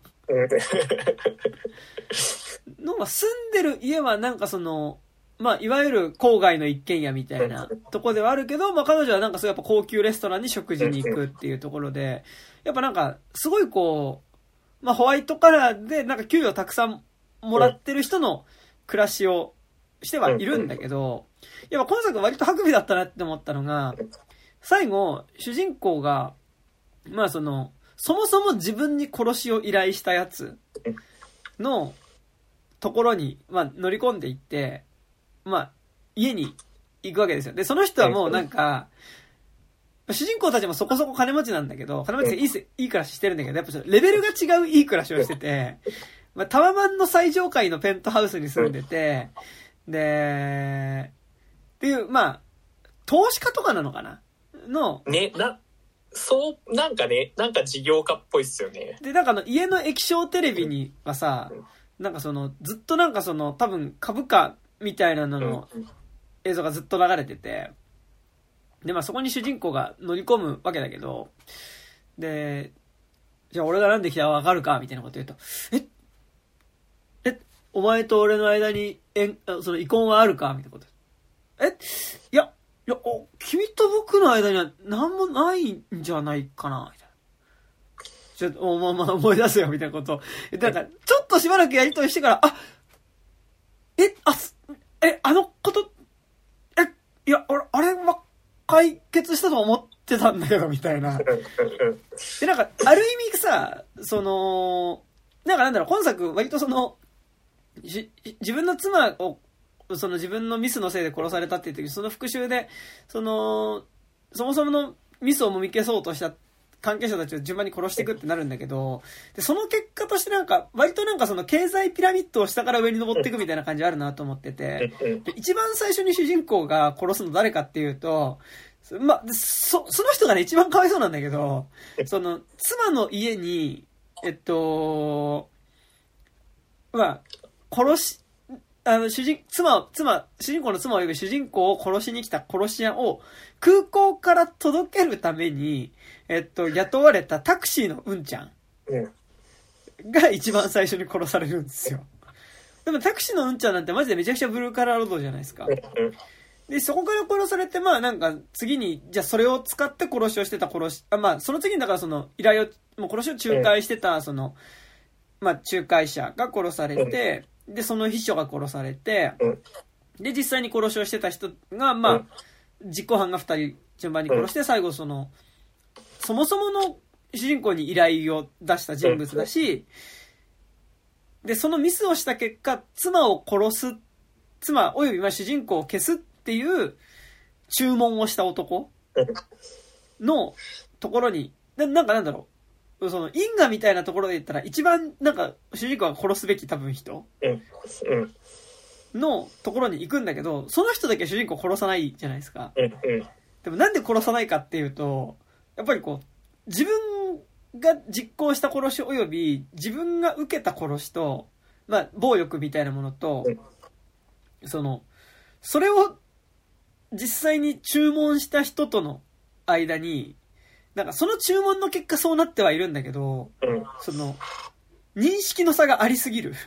Speaker 1: の住んでる家はなんかその、まあ、いわゆる郊外の一軒家みたいなとこではあるけど、まあ、彼女はなんかそうやっぱ高級レストランに食事に行くっていうところで、やっぱなんか、すごいこう、まあ、ホワイトカラーでなんか給与たくさんもらってる人の暮らしをしてはいるんだけど、やっぱ今作割とハクビだったなって思ったのが、最後、主人公が、まあその、そもそも自分に殺しを依頼したやつのところに、まあ乗り込んでいって、まあ、家に行くわけですよ。で、その人はもうなんか、主人公たちもそこそこ金持ちなんだけど、金持ちでいい、いい暮らししてるんだけど、やっぱちょっとレベルが違ういい暮らしをしてて、まあ、タワマンの最上階のペントハウスに住んでて、で、っていう、まあ、投資家とかなのかなの、
Speaker 2: ね、な、そう、なんかね、なんか事業家っぽいっすよね。
Speaker 1: で、なんかあの、家の液晶テレビにはさ、なんかその、ずっとなんかその、多分株価みたいなのの映像がずっと流れてて、で、まあそこに主人公が乗り込むわけだけど、で、じゃあ俺がなんで来たかわかるかみたいなこと言うと、ええ、お前と俺の間に、え、その遺恨はあるかみたいなこと。えいや、いや、お、君と僕の間には何もないんじゃないかなみたいな。ちょっと、おまあまあ思い出すよ、みたいなこと言って、なんか、ちょっとしばらくやりとりしてから、あ、え、あ、え、あのこと、え、いや、俺、あれは解決したと思ってたんだけど、みたいな。で、なんか、ある意味さ、その、なんかなんだろう、今作、割とその、じ自分の妻を、その自分のミスのせいで殺されたって言ってるその復讐で、その、そもそものミスをもみ消そうとした関係者たちを順番に殺していくってなるんだけど、で、その結果としてなんか、割となんかその経済ピラミッドを下から上に登っていくみたいな感じあるなと思ってて、で一番最初に主人公が殺すの誰かっていうと、ま、そ、その人がね、一番かわいそうなんだけど、その、妻の家に、えっと、まあ、殺し、あの、主人、妻、妻、主人公の妻を呼ぶ主人公を殺しに来た殺し屋を空港から届けるために、えっと、雇われたタクシーのうんちゃんが一番最初に殺されるんですよ。でもタクシーのうんちゃんなんてマジでめちゃくちゃブルーカラーロードじゃないですか。で、そこから殺されて、まあなんか次に、じゃあそれを使って殺しをしてた殺し、あ、まあその次にだからその依頼を、もう殺しを仲介してた、その、まあ仲介者が殺されて、で、その秘書が殺されて、で、実際に殺しをしてた人が、まあ、実行犯が二人順番に殺して、最後その、そもそもの主人公に依頼を出した人物だし、で、そのミスをした結果、妻を殺す、妻およびまあ主人公を消すっていう注文をした男のところに、な、なんかなんだろう、その因果みたいなところで言ったら一番なんか主人公が殺すべき多分人のところに行くんだけど、その人だけ主人公殺さないじゃないですか。でもなんで殺さないかっていうと、やっぱりこう自分が実行した殺しおよび自分が受けた殺しと、まあ暴力みたいなものと、そのそれを実際に注文した人との間に、なんかその注文の結果そうなってはいるんだけど、その認識の差がありすぎる。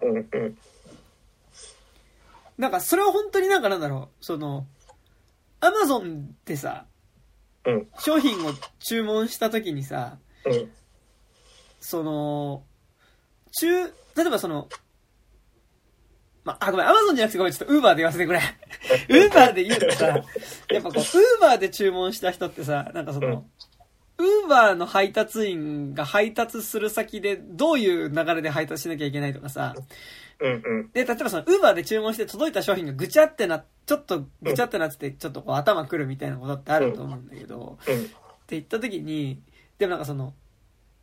Speaker 1: なんかそれは本当になんかなんだろう、そのアマゾンってさ、商品を注文した時にさ、その中例えばそのまあ、ごめん、アマゾンじゃなくてごめん、ちょっとウーバーで言わせてくれ。ウーバーで言うとさ、やっぱこう、ウーバーで注文した人ってさ、なんかその、ウーバーの配達員が配達する先でどういう流れで配達しなきゃいけないとかさ、で、例えばその、ウーバーで注文して届いた商品がぐちゃってな、ちょっとぐちゃってなってて、ちょっとこう頭くるみたいなことってあると思うんだけど、って言った時に、でもなんかその、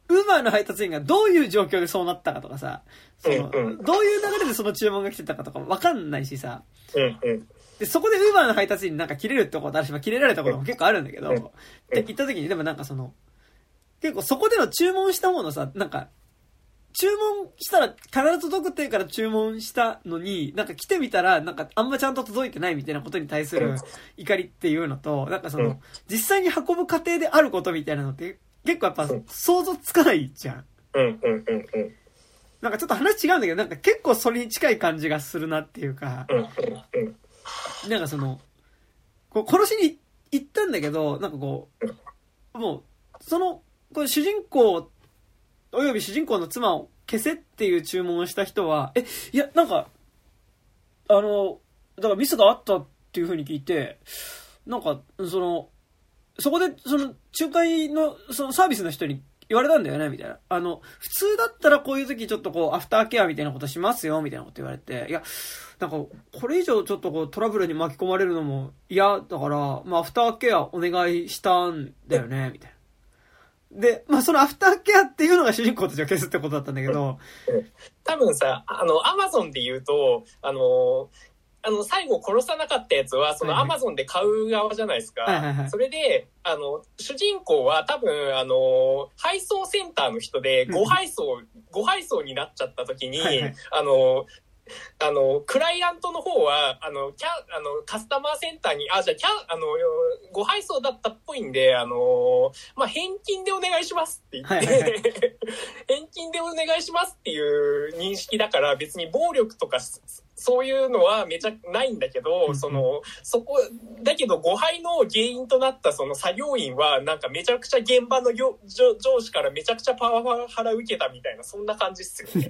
Speaker 1: ウーバーの配達員がどういう状況でそうなったかとかさ、その、
Speaker 2: うんうん、
Speaker 1: どういう流れでその注文が来てたかとかわかんないしさ、
Speaker 2: うんうん、
Speaker 1: で、そこでウーバーの配達員になんか切れるってことあるし、まあ、切れられたことも結構あるんだけど、うん、で、行った時に、でもなんかその、結構そこでの注文したものさ、なんか、注文したら必ず届くっていうから注文したのに、なんか来てみたら、なんかあんまちゃんと届いてないみたいなことに対する怒りっていうのと、なんかその、実際に運ぶ過程であることみたいなのって、結構やっぱ想像つかないじゃん。
Speaker 2: うんうんうんうん。
Speaker 1: なんかちょっと話違うんだけど、なんか結構それに近い感じがするなっていうか、
Speaker 2: うんうんうん、
Speaker 1: なんかその、こう殺しに行ったんだけど、なんかこう、もう、その、これ主人公、および主人公の妻を消せっていう注文をした人は、え、いや、なんか、あの、だからミスがあったっていう風に聞いて、なんか、その、そこで、その、仲介の、そのサービスの人に言われたんだよね、みたいな。あの、普通だったらこういう時ちょっとこう、アフターケアみたいなことしますよ、みたいなこと言われて、いや、なんか、これ以上ちょっとこう、トラブルに巻き込まれるのも嫌だから、まあ、アフターケアお願いしたんだよね、みたいな。で、まあ、そのアフターケアっていうのが主人公たちを消すってことだったんだけど、
Speaker 2: 多分さ、あの、アマゾンで言うと、あの、あの、最後殺さなかったやつは、そのアマゾンで買う側じゃないですか。
Speaker 1: はいはいはい、
Speaker 2: それで、あの、主人公は多分、あの、配送センターの人で、ご配送、ご配送になっちゃった時に、はいはい、あの、あの、クライアントの方は、あの、キャあの、カスタマーセンターに、あ、じゃあ、キャあの、ご配送だったっぽいんで、あの、まあ、返金でお願いしますって言って、はいはいはい、返金でお願いしますっていう認識だから、別に暴力とか、そういうのはめちゃないんだけど、うん、その、そこ、だけど誤配の原因となったその作業員は、なんかめちゃくちゃ現場の上司からめちゃくちゃパワハラ受けたみたいな、そんな感じっすよね。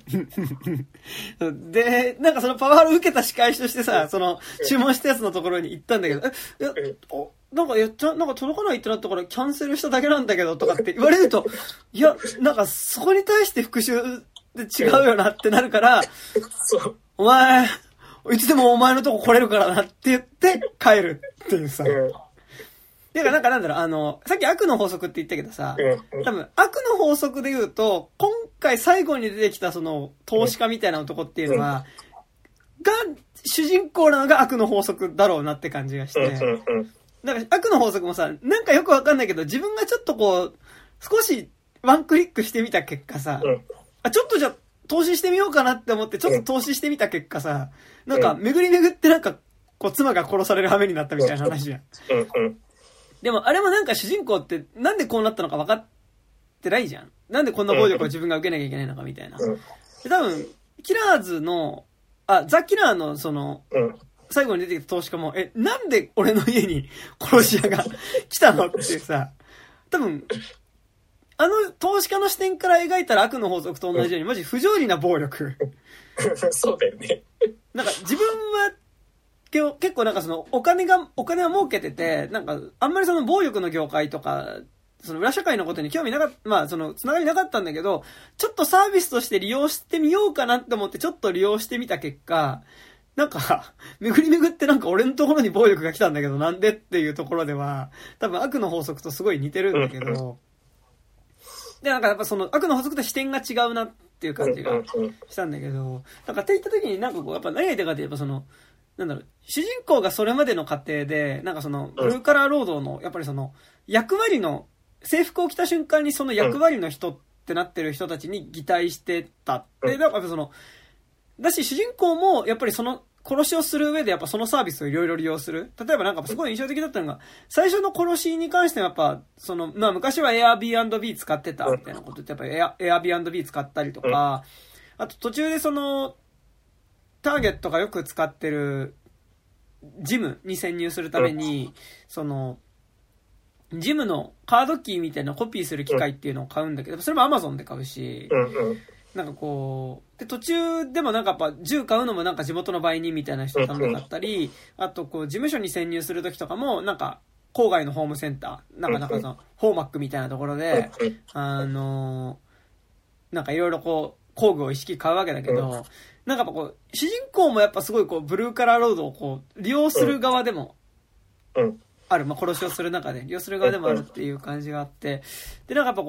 Speaker 1: で、なんかそのパワハラ受けた仕返しとしてさ、その、注文したやつのところに行ったんだけど、え、いや、おなんかやっちゃ、なんか届かないってなったからキャンセルしただけなんだけどとかって言われると、いや、なんかそこに対して復讐で違うよなってなるから、
Speaker 2: そう。
Speaker 1: お前、いつでもお前のとこ来れるからなって言って帰るっていうさ。うん、だからなんかなんだろう、あの、さっき悪の法則って言ったけどさ、うん、多分悪の法則で言うと、今回最後に出てきたその投資家みたいな男っていうのは、うん、が、主人公なのが悪の法則だろうなって感じがして、だから悪の法則もさ、なんかよくわかんないけど、自分がちょっとこう、少しワンクリックしてみた結果さ、うんあ、ちょっとじゃあ投資してみようかなって思ってちょっと投資してみた結果さ、なんか巡り巡ってなんかこう妻が殺される羽目になったみたいな話じゃん。でもあれもなんか主人公ってなんでこうなったのか分かってないじゃん。なんでこんな暴力を自分が受けなきゃいけないのかみたいな。で多分キラーズのあザ・キラーのその最後に出てきた投資家もえなんで俺の家に殺し屋が来たのってさ多分。あの投資家の視点から描いたら悪の法則と同じようにマジ不条理な暴力
Speaker 2: そうだよね
Speaker 1: なんか自分は結構なんかそのお金がお金は儲けててなんかあんまりその暴力の業界とかその裏社会のことに興味なかったまあそのつながりなかったんだけどちょっとサービスとして利用してみようかなって思ってちょっと利用してみた結果なんか巡り巡ってなんか俺のところに暴力が来たんだけどなんでっていうところでは多分悪の法則とすごい似てるんだけどで、なんかやっぱその悪の法則と視点が違うなっていう感じがしたんだけど、なんかって言った時になんかこう、やっぱ何が言いたいかってやっぱその、なんだろう、主人公がそれまでの過程で、なんかその、ブルーカラー労働の、やっぱりその、役割の、制服を着た瞬間にその役割の人ってなってる人たちに擬態してたって、だからその、だし主人公もやっぱりその、殺しをする上でやっぱそのサービスをいろいろ利用する。例えばなんかすごい印象的だったのが、最初の殺しに関してはやっぱ、その、まあ昔は Airbnb 使ってたみたいなことってやっぱ Airbnb 使ったりとか、あと途中でその、ターゲットがよく使ってるジムに潜入するために、その、ジムのカードキーみたいなコピーする機械っていうのを買うんだけど、それも Amazon で買うし、なんかこう、で、途中でもなんかやっぱ銃買うのもなんか地元の売人みたいな人頼んだったり、あとこう事務所に潜入するときとかもなんか郊外のホームセンター、なんかなんかその、ホーマックみたいなところで、あのー、なんかいろいろこう、工具を意識買うわけだけど、なんかやっぱこう、主人公もやっぱすごいこう、ブルーカラーロードをこう、利用する側でも、ある、まあ、殺しをする中で利用する側でもあるっていう感じがあって、で、なんかやっぱこう、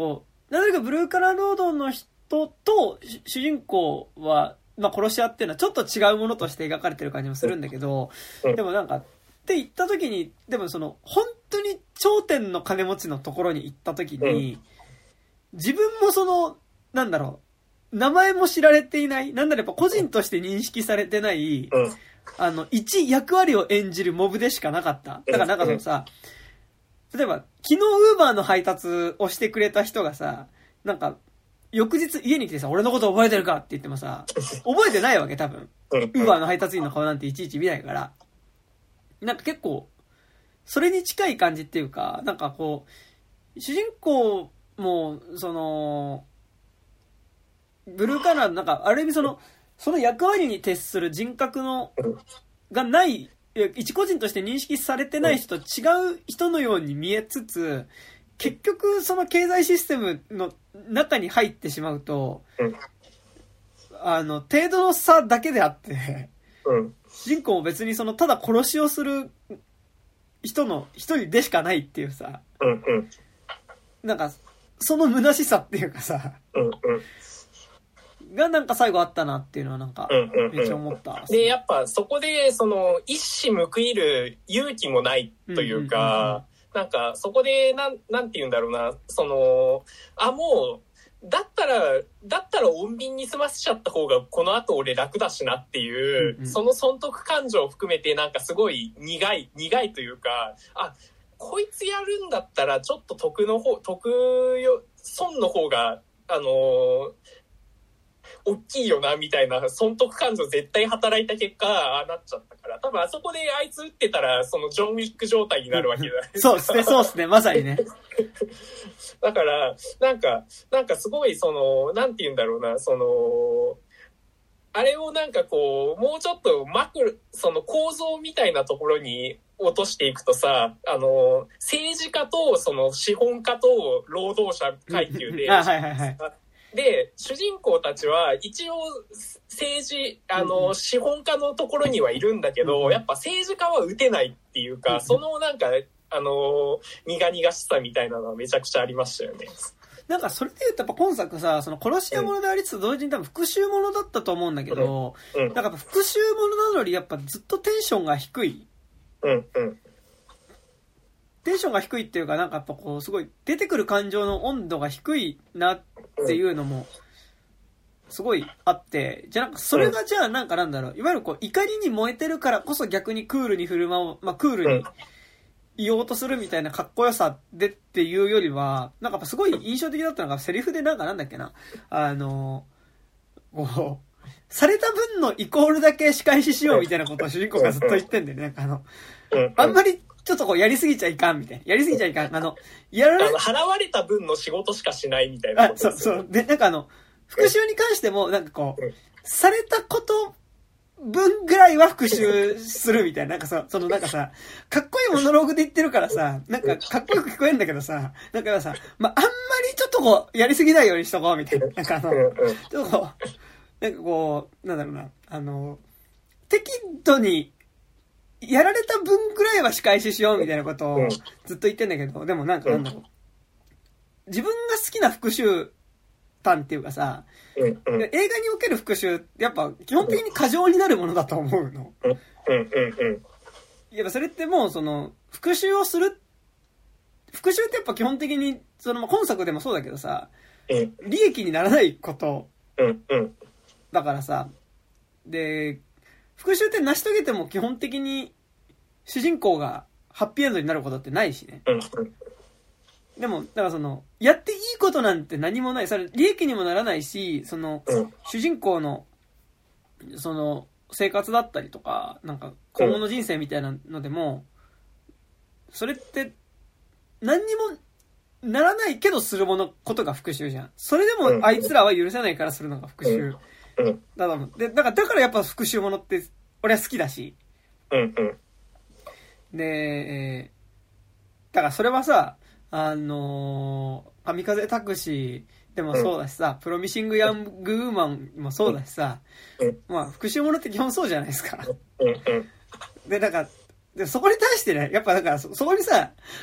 Speaker 1: なぜかブルーカラー労働の人と主人公は、まあ殺し合っていうのはちょっと違うものとして描かれてる感じもするんだけど、でもなんか、って言った時に、でもその、本当に頂点の金持ちのところに行った時に、自分もその、なんだろう、名前も知られていない、なんだろうやっぱ個人として認識されてない、あの、一役割を演じるモブでしかなかった。だからなんかそのさ、例えば、昨日ウーバーの配達をしてくれた人がさ、なんか、翌日家に来てさ、俺のこと覚えてるかって言ってもさ、覚えてないわけ多分。ウーバーの配達員の顔なんていちいち見ないから。なんか結構、それに近い感じっていうか、なんかこう、主人公も、その、ブルーカラーのなんか、ある意味その、その役割に徹する人格の、がない、一個人として認識されてない人と違う人のように見えつつ、結局その経済システムの中に入ってしまうと、あの、程度の差だけであって、主人公も別にその、ただ殺しをする人の一人でしかないっていうさ、なんか、その虚しさっていうかさ、がなんか最後あったなっていうのはなんかめっちゃ思った、うんうんうん、
Speaker 2: でやっぱそこでその一矢報いる勇気もないというか、うんうんうんうん、なんかそこでなんなんて言うんだろうな、そのあもうだったらだったら穏便に済ませちゃった方がこの後俺楽だしなっていう、うんうん、その損得感情を含めてなんかすごい苦い苦いというか、あこいつやるんだったらちょっと得の方得よ損の方があのー大きいよなみたいな損得感情絶対働いた結果ああなっちゃったから、多分あそこであいつ撃ってたらそのジョンウィック状態になるわけじゃないですか。
Speaker 1: そうですねそうですねまさにね。
Speaker 2: だからなんかなんかすごいそのなんて言うんだろうな、そのあれをなんかこうもうちょっとマクその構造みたいなところに落としていくとさ、あの政治家とその資本家と労働者階級で
Speaker 1: あはいはいはい
Speaker 2: で、主人公たちは一応政治、あの、資本家のところにはいるんだけど、やっぱ政治家は打てないっていうか、そのなんか、あの、苦々しさみたいなのはめちゃくちゃありましたよね。
Speaker 1: なんかそれで言うとやっぱ今作さ、その殺し屋物でありつつ同時に多分復讐物だったと思うんだけど、うんうん、なんかやっぱ復讐物なのにやっぱずっとテンションが低い。
Speaker 2: うんうん
Speaker 1: テンションが低いっていうか、なんかやっぱこうすごい出てくる感情の温度が低いなっていうのもすごいあって、じゃあなんかそれがじゃあなんかなんだろう、いわゆるこう怒りに燃えてるからこそ逆にクールに振る舞おう、まあクールに言おうとするみたいなかっこよさでっていうよりは、なんかやっぱすごい印象的だったのがセリフでなんかなんだっけな、あの、こう、された分のイコールだけ仕返ししようみたいなことを主人公がずっと言ってんだよね。なんかあの、あんまりちょっとこうやりすぎちゃいかんみたいな。やりすぎちゃいかん。あの、やられ、
Speaker 2: あの払われた分の仕事しかしないみたいなこと
Speaker 1: ですよね。あ、そうそう。で、なんかあの、復讐に関しても、なんかこう、されたこと分ぐらいは復讐するみたいな。なんかさ、そのなんかさ、かっこいいモノローグで言ってるからさ、なんかかっこよく聞こえるんだけどさ、なんかさ、まあ、あんまりちょっとこう、やりすぎないようにしとこうみたいな。なんかあの、ちょっとこう、なんかこう、なんだろうな、あの、適度に、やられた分くらいは仕返ししようみたいなことをずっと言ってんだけど、でもなんかなんだろう。自分が好きな復讐譚っていうかさ、映画における復讐ってやっぱ基本的に過剰になるものだと思うの。やっぱそれってもうその、復讐をする、復讐ってやっぱ基本的に、その今作でもそうだけどさ、利益にならないことだからさ、で、復讐って成し遂げても基本的に主人公がハッピーエンドになることってないしね。でも、だからその、やっていいことなんて何もない。それ利益にもならないし、その、主人公の、その、生活だったりとか、なんか、今後の人生みたいなのでも、それって、何にもならないけどするもの、ことが復讐じゃん。それでもあいつらは許せないからするのが復讐。だから、で、だから、だからやっぱ復讐ものって、俺は好きだし。で、えー、だからそれはさ、あのー、神風タクシーでもそうだしさ、プロミシングヤングウーマンもそうだしさ、まあ、復讐ものって基本そうじゃないですか。で、だから、でそこに対してね、やっぱだからそ、そこにさ、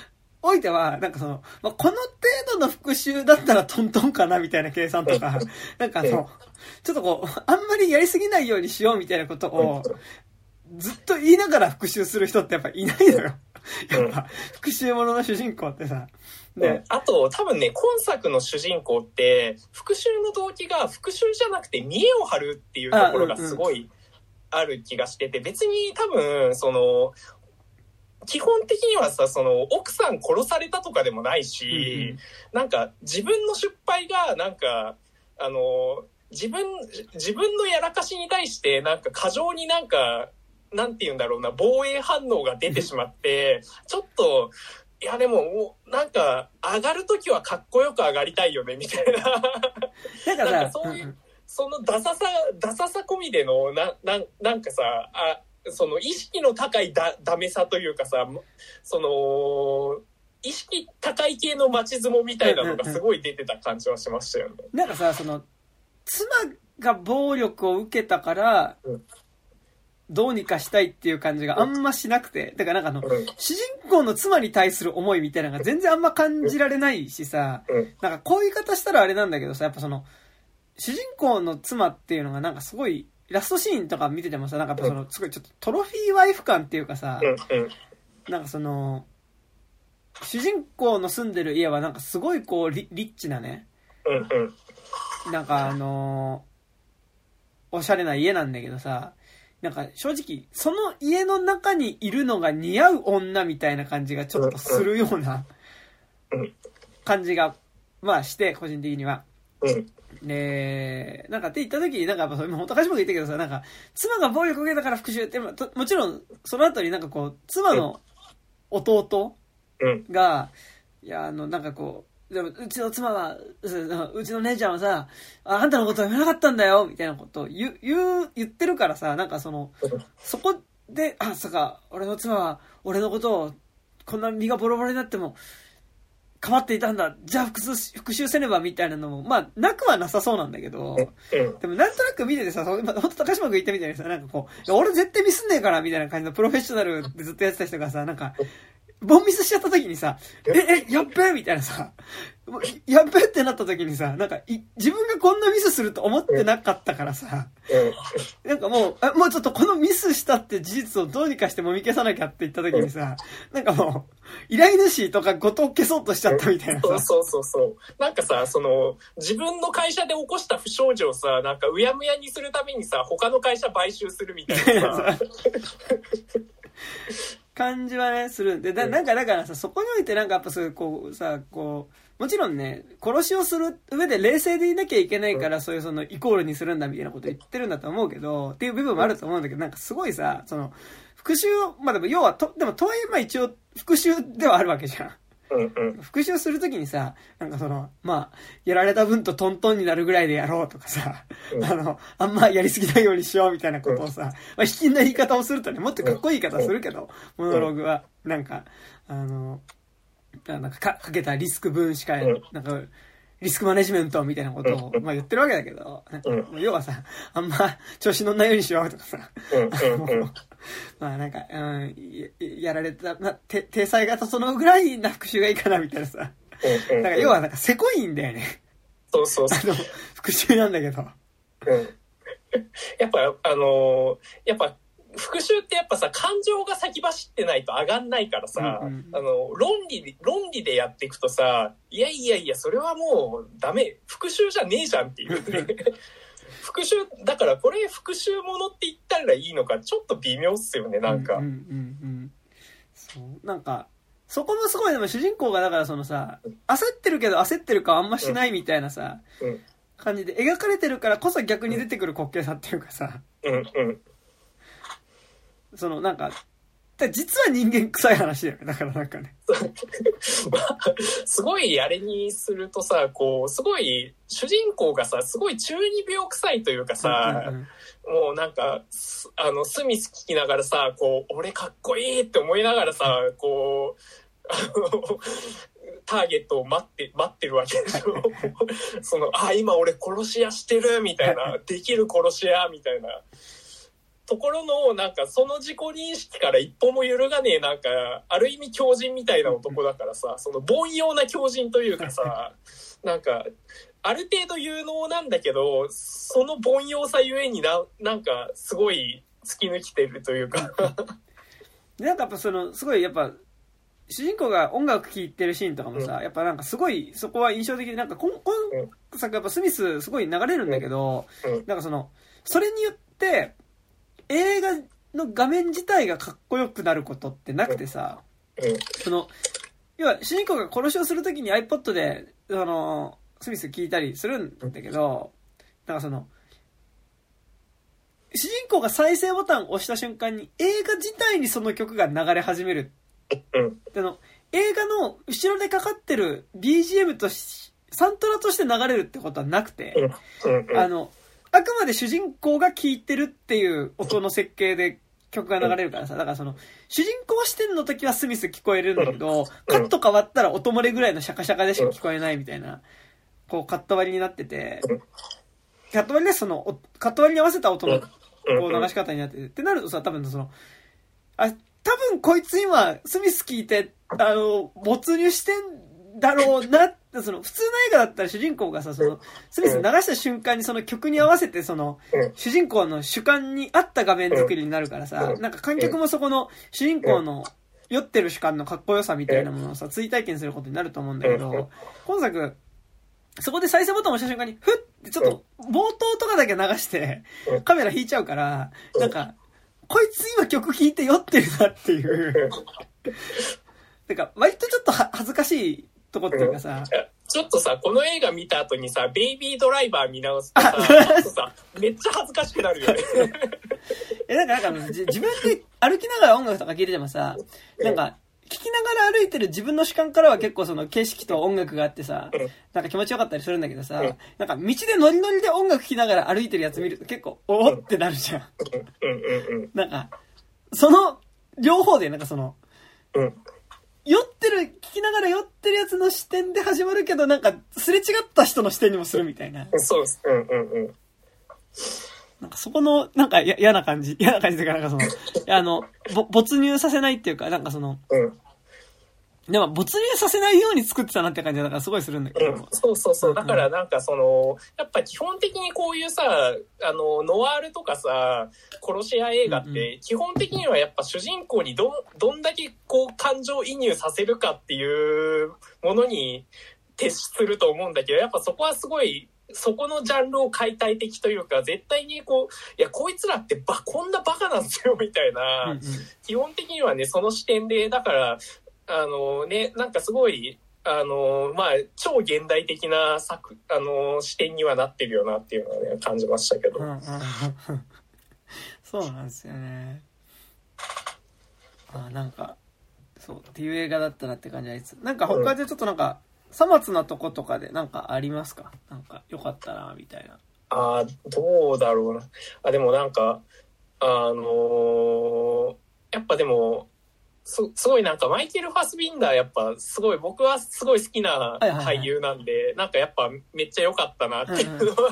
Speaker 1: おいては、なんかその、まあ、この程度の復讐だったらトントンかなみたいな計算とか、なんかあの、ちょっとこう、あんまりやりすぎないようにしようみたいなことを、ずっと言いながら復讐する人ってやっぱいないのよ。やっぱ、復讐ものの主人公ってさ。
Speaker 2: で、うん、あと多分ね、今作の主人公って復讐の動機が復讐じゃなくて見栄を張るっていうところがすごいある気がしてて、別に多分その基本的にはさ、その奥さん殺されたとかでもないし、うんうん、なんか自分の失敗がなんかあの自分自分のやらかしに対してなんか過剰になんかなんて言うんだろうな、防衛反応が出てしまってちょっといやでもなんか上がるときはかっこよく上がりたいよねみたいななんかそういう、うん、そのダサさダサさ込みでのなななんかさあその意識の高いだダメさというかさ、その意識高い系の街相撲みたいなのがすごい出てた感じはしましたよね。
Speaker 1: うんうん、なんかさ、その妻が暴力を受けたから、うんどうにかしたいっていう感じがあんましなくて、だからなんかあの、うん、主人公の妻に対する思いみたいなのが全然あんま感じられないしさ、うん、なんかこういう言い方したらあれなんだけどさ、やっぱその、主人公の妻っていうのがなんかすごい、ラストシーンとか見ててもさ、なんかやっぱその、すごいちょっとトロフィーワイフ感っていうかさ、なんかその、主人公の住んでる家はなんかすごいこうリ、リッチなね、なんかあのー、おしゃれな家なんだけどさ、なんか正直その家の中にいるのが似合う女みたいな感じがちょっとするような感じがまあして個人的にはでなんかって言った時になんかやっぱ本当かしも言ったけどさなんか妻が暴力を受けたから復讐ってもちろんその後になんかこう妻の弟がいやあのなんかこうでもうちの妻はうちの姉ちゃんはさ あ, あんたのことは言わなかったんだよみたいなことを言う言う言ってるからさなんかそのそこであそっか俺の妻は俺のことをこんな身がボロボロになっても構っていたんだじゃあ復讐復讐せねばみたいなのもまあなくはなさそうなんだけどでもなんとなく見ててさ本当高島君言ったみたいにさなんかこう俺絶対ミスんねえからみたいな感じのプロフェッショナルでずっとやってた人がさなんかボンミスしちゃった時にさ、え、え、やっべえみたいなさ、やっべえってなった時にさ、なんかい、自分がこんなミスすると思ってなかったからさ、なんかもう、もうちょっとこのミスしたって事実をどうにかしてもみ消さなきゃって言った時にさ、なんかもう、依頼主とかごと消そうとしちゃったみたいなさ。
Speaker 2: そうそうそうそう。なんかさ、その、自分の会社で起こした不祥事をさ、なんかうやむやにするためにさ、他の会社買収するみたいなさ。
Speaker 1: 感じはねするんでだなんかだからさそこにおいてなんかやっぱそういうこうさこうもちろんね殺しをする上で冷静でいなきゃいけないからそういうそのイコールにするんだみたいなこと言ってるんだと思うけどっていう部分もあると思うんだけどなんかすごいさその復讐をまあでも要はとでもとはいえまあ一応復讐ではあるわけじゃん。うんうん、復讐するときにさなんかそのまあやられた分とトントンになるぐらいでやろうとかさ、うん、あのあんまやりすぎないようにしようみたいなことをさ、うんまあ、卑近な言い方をするとねもっとかっこいい言い方するけど、うん、モノローグはなんかあのなんか か, かけたリスク分しか、うん、なんかリスクマネジメントみたいなことを、まあ、言ってるわけだけど、うん、要はさあんま調子乗んないようにしようとかさ、うんまあなんか、うん、やられた、まあ、て体裁が整うぐらいな復讐がいいかなみたいなさ、うんうん、なんか要はなんかせこいんだよね。
Speaker 2: そうそうそう。
Speaker 1: あの復讐なんだけど。
Speaker 2: うん。やっぱあのー、やっぱ復讐ってやっぱさ感情が先走ってないと上がんないからさ、うんうん、あの論理論理でやっていくとさいやいやいやそれはもうダメ復讐じゃねえじゃんっていうね。復讐だからこれ復讐ものって言ったらいいのかちょっと微妙っすよねなんか、うんうんうんうん、
Speaker 1: そうなんかそこもすごいでも主人公がだからそのさ焦ってるけど焦ってるかあんましないみたいなさ、うんうん、感じで描かれてるからこそ逆に出てくる滑稽さっていうかさ、うんうん、そのなんか実は人間臭い話だよねだからなんかね
Speaker 2: まあ、すごいあれにするとさこうすごい主人公がさすごい中二病臭いというかさ、うんうんうん、もうなんかあのスミス聞きながらさこう俺かっこいいって思いながらさこうあのターゲットを待って待ってるわけでしょそのあ今俺殺し屋してるみたいなできる殺し屋みたいなとところの、なんかその自己認識から一歩も揺るがねえ、なんか、ある意味狂人みたいな男だからさ、その凡庸な狂人というかさ、なんか、ある程度有能なんだけど、その凡庸さゆえにな、なんか、すごい突き抜きてるというか。
Speaker 1: なんかやっぱその、すごいやっぱ、主人公が音楽聴いてるシーンとかもさ、うん、やっぱなんかすごいそこは印象的で、なんか今作やっぱスミスすごい流れるんだけど、うんうん、なんかその、それによって映画の画面自体がかっこよくなることってなくてさ、その、要は主人公が殺しをするときに iPod で、あの、スミス聴いたりするんだけど、なんかその、主人公が再生ボタンを押した瞬間に映画自体にその曲が流れ始める。あの映画の後ろでかかってる ビージーエム とサントラとして流れるってことはなくて、あのあくまで主人公が聴いてるっていう音の設計で曲が流れるからさ、だからその主人公視点の時はスミス聞こえるんだけど、カット変わったら音漏れぐらいのシャカシャカでしか聞こえないみたいな、こうカット割りになってて、カット割りでそのカット割りに合わせた音のこう流し方になっててってなるとさ、多分そのあ多分こいつ今スミス聞いてあの没入してんだろうなって、その普通の映画だったら主人公がさ、そのスミス流した瞬間にその曲に合わせてその主人公の主観に合った画面作りになるからさ、なんか観客もそこの主人公の酔ってる主観のかっこよさみたいなものをさ追体験することになると思うんだけど、今作そこで再生ボタンを押した瞬間にふってちょっと冒頭とかだけ流してカメラ引いちゃうから、なんかこいつ今曲聴いて酔ってるなっていうてか割とちょっと恥ずかしいとこっていうかさ、うん、
Speaker 2: ちょっとさこの映画見た後にさベイビードライバー見直すとさちょっとさめっちゃ恥ずかしくなるよね
Speaker 1: えなんかなんか自分で歩きながら音楽とか聴いててもさ、なんか聴きながら歩いてる自分の主観からは結構その景色と音楽があってさ、なんか気持ちよかったりするんだけどさ、なんか道でノリノリで音楽聴きながら歩いてるやつ見ると結構おおってなるじゃん。なんかその両方でなんかその、酔ってる聴きながら酔ってるやつの視点で始まるけど、なんかすれ違った人の視点にもするみたいな。
Speaker 2: そうです。うんうんうん。
Speaker 1: なんかそこのなんかや嫌な感じ嫌な感じというか、なんかそのあのぼ没入させないっていうか、なんかその、うん、でも没入させないように作ってたなって感じだからすごいするんだけど、うん、
Speaker 2: そうそうそう、だからなんかそのやっぱ基本的にこういうさあのノワールとかさ殺し屋映画って基本的にはやっぱ主人公にどどんだけこう感情移入させるかっていうものに徹すると思うんだけど、やっぱそこはすごいそこのジャンルを解体的というか、絶対にこういやこいつらってバこんなバカなんですよみたいな、うんうん、基本的にはねその視点で、だからあのねなんかすごいあのまあ超現代的な作あの視点にはなってるよなっていうのはね感じましたけど、うんうん、
Speaker 1: そうなんですよね。あなんかそうっていう映画だったなって感じです。なんか他でちょっとなんか、うんさまつなとことかでなんかありますか？なんか良かったなみたいな。
Speaker 2: ああどうだろうな。あでもなんかあのー、やっぱでも す, すごいなんかマイケル・ファスビンダーやっぱすごい僕はすごい好きな俳優なんで、はいはいはい、なんかやっぱめっちゃ良かったなっていうのは、うんうん、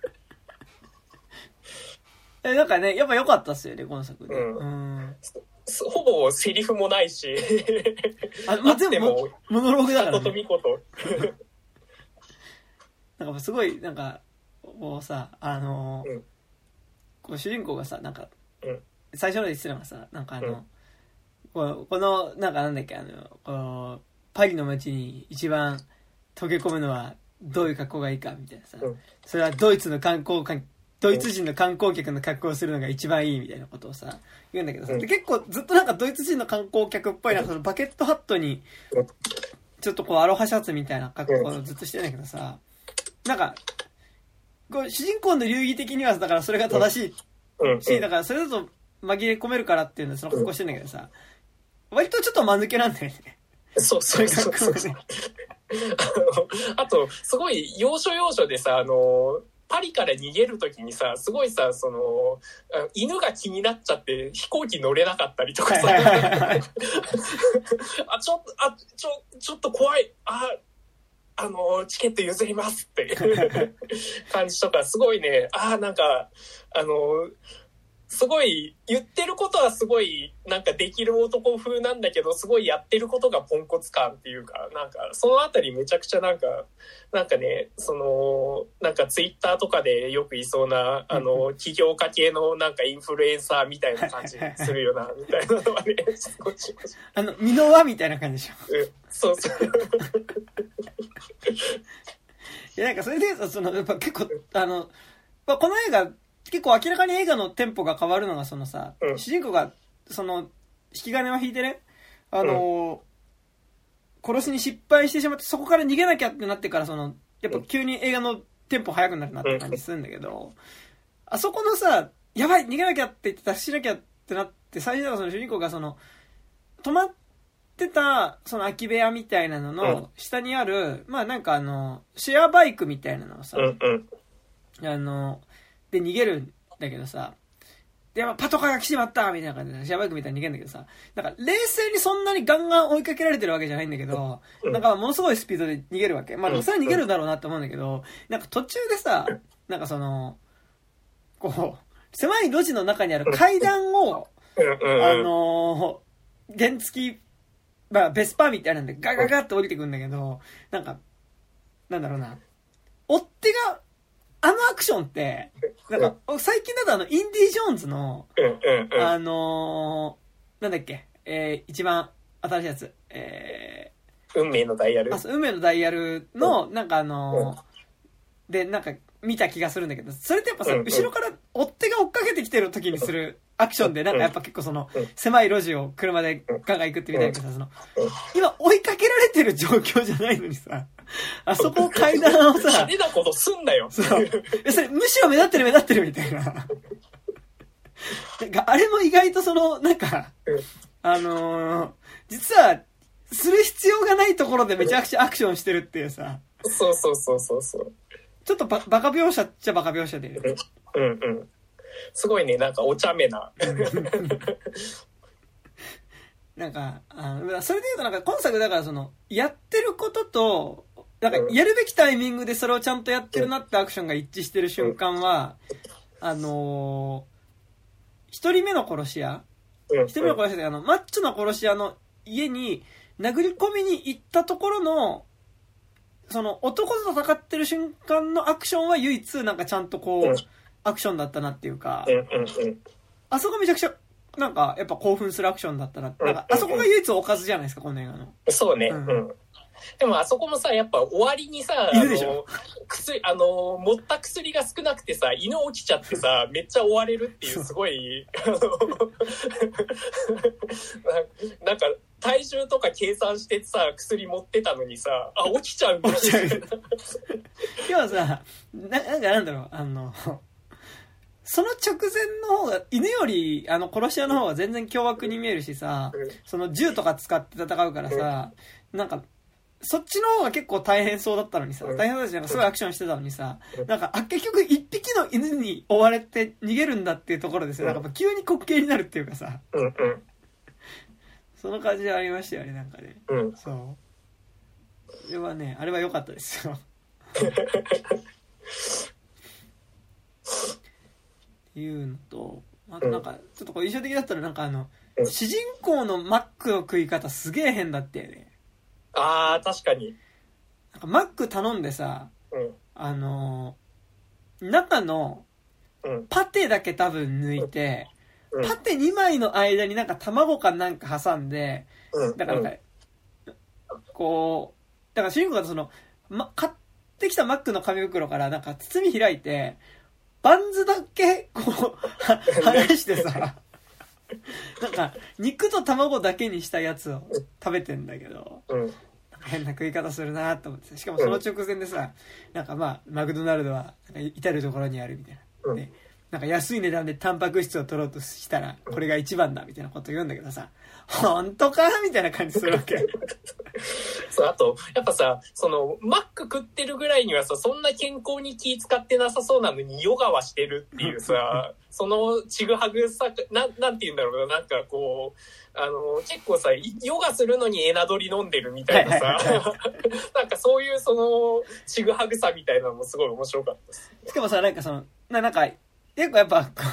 Speaker 1: えなんかねやっぱ良かったっすよねこの作で。うん。うん
Speaker 2: ほぼセリフもないし
Speaker 1: あ、まあ、全部モノローグだから、ね、
Speaker 2: ことみこと
Speaker 1: なんかすごいなんかもうさあのーうん、こう主人公がさなんか、うん、最初ので言ってたのがさなんかあの、うん、このこのなんかなんだっけあのこのパリの街に一番溶け込むのはどういう格好がいいかみたいなさ、うん、それはドイツの観光観ドイツ人の観光客の格好をするのが一番いいみたいなことをさ言うんだけどさ、うん、で結構ずっとなんかドイツ人の観光客っぽいなんかそのバケットハットにちょっとこうアロハシャツみたいな格好をずっとしてるんだけどさ、なんかこう主人公の流儀的にはだからそれが正しいし、だからそれだと紛れ込めるからっていうのその格好してるんだけどさ、割とちょっと間抜けなんだよね。
Speaker 2: そうそうそうそうそうあとすごい要所要所でさあのパリから逃げるときにさすごいさその犬が気になっちゃって飛行機乗れなかったりとかさあちょっとあちょちょっと怖いああのチケット譲りますっていう感じとかすごいねあなんかあのすごい、言ってることはすごい、なんかできる男風なんだけど、すごいやってることがポンコツ感っていうか、なんか、そのあたりめちゃくちゃなんか、なんかね、その、なんかツイッターとかでよくいそうな、あの、起業家系のなんかインフルエンサーみたいな感じするよな、みたいなのはね、すごいしました。
Speaker 1: あの、ミノワみたいな感じでしょ。
Speaker 2: うん、そうそう。
Speaker 1: いや、なんかそれで、その、やっぱ結構、あの、まあ、この映画、結構明らかに映画のテンポが変わるのがそのさ、うん、主人公がその引き金を引いてね、あのーうん、殺しに失敗してしまってそこから逃げなきゃってなってからそのやっぱ急に映画のテンポ速くなるなって感じするんだけど、あそこのさ、やばい逃げなきゃって言って脱出しなきゃってなって最初だからその主人公がその止まってたその空き部屋みたいなのの下にある、まあなんかあのシェアバイクみたいなのをさ、あので逃げるんだけどさ、でパトカーが来ちまったみたいな感じでシェアバイクみたいに逃げるんだけどさ、なんか冷静にそんなにガンガン追いかけられてるわけじゃないんだけど、なんかものすごいスピードで逃げるわけ。まあそれは逃げるだろうなって思うんだけど、なんか途中でさ、なんかそのこう狭い路地の中にある階段をあの原付きまあベスパーみたいなんでガガガッと降りてくんだけど、なんかなんだろうな、追っ手があのアクションって、なんか、最近だとあの、インディ・ジョーンズの、あのー、なんだっけ、えー、一番新しいやつ、え
Speaker 2: ー、運命のダイヤル。
Speaker 1: あ、そう、運命のダイヤルの、なんかあのー、で、なんか、見た気がするんだけど、それってやっぱさ、後ろから追っ手が追っかけてきてる時にするアクションで、なんかやっぱ結構その、狭い路地を車でガンガン行くってみたいなけどさ、その、今追いかけられてる状況じゃないのにさ、あそこ階段をさ、
Speaker 2: 派手なことすんなよ。
Speaker 1: そう。それむしろ目立ってる目立ってるみたいな。なんかあれも意外とその、なんか、あのー、実は、する必要がないところでめちゃくちゃアクションしてるっていうさ。
Speaker 2: そうそうそうそうそう。
Speaker 1: ちょっとババカ描写っちゃバカ描写で。
Speaker 2: うんうん。すごいね、なんかお茶目な。
Speaker 1: なんか、あのそれで言うとなんか今作だからその、やってることと、なんかやるべきタイミングでそれをちゃんとやってるなってアクションが一致してる瞬間は、あのー、一人目の殺し屋一人目の殺し屋であの、マッチョの殺し屋の家に殴り込みに行ったところの、その男と戦ってる瞬間のアクションは唯一なんかちゃんとこう、アクションだったなっていうか、あそこめちゃくちゃ、なんかやっぱ興奮するアクションだったなって、なんかあそこが唯一おかずじゃないですか、この映画の。
Speaker 2: そうね。うん。うんでもあそこもさ、やっぱ終わりにさ、
Speaker 1: 犬でしょ？
Speaker 2: あの、薬、あの、持った薬が少なくてさ、犬落ちちゃってさ、めっちゃ追われるっていう、すごい、あの、なんか、体重とか計算してさ、薬持ってたのにさ、あ、落ちちゃうんだ。落ちちゃう。
Speaker 1: 今日さ、な、なんかなんだろう、あの、その直前の方が、犬より、あの、殺し屋の方が全然凶悪に見えるしさ、その銃とか使って戦うからさ、なんか、そっちの方が結構大変そうだったのにさ、大変そうだし、なんかすごいアクションしてたのにさ、なんか、あ、結局一匹の犬に追われて逃げるんだっていうところですよ。なんか急に滑稽になるっていうかさ、その感じはありましたよね、なんかね。そう。あれはね、あれは良かったですよ。っていうのと、あとなんか、ちょっとこう印象的だったらなんかあの、主人公のマックの食い方すげえ変だったよね。
Speaker 2: あー、確かに。
Speaker 1: なんかマック頼んでさ、
Speaker 2: うん、
Speaker 1: あのー、中のパテだけ多分抜いて、うん、パテにまいの間になんか卵かなんか挟んで、うん、だからなんか、こう、だから主人公がその、ま、買ってきたマックの紙袋からなんか包み開いて、バンズだけこう、離してさ、なんか肉と卵だけにしたやつを食べてんだけど、うん、なんか変な食い方するなと思って、しかもその直前でさ、なんかまあマクドナルドはなんか至る所にあるみたいな、でなんか安い値段でタンパク質を取ろうとしたらこれが一番だみたいなこと言うんだけどさ、本当かみたいな感じするわけ。
Speaker 2: そう、あとやっぱさ、そのマック食ってるぐらいにはさ、そんな健康に気使ってなさそうなのにヨガはしてるっていうさ、そのちぐはぐさ、な、なんて言うんだろうな、なんかこう、あの、結構さ、ヨガするのにエナドリ飲んでるみたいなさ、なんかそういうそのちぐはぐさみたいなのもすごい面白かったです。
Speaker 1: しかもさ、なんかその、な、なんか、結構やっぱこう、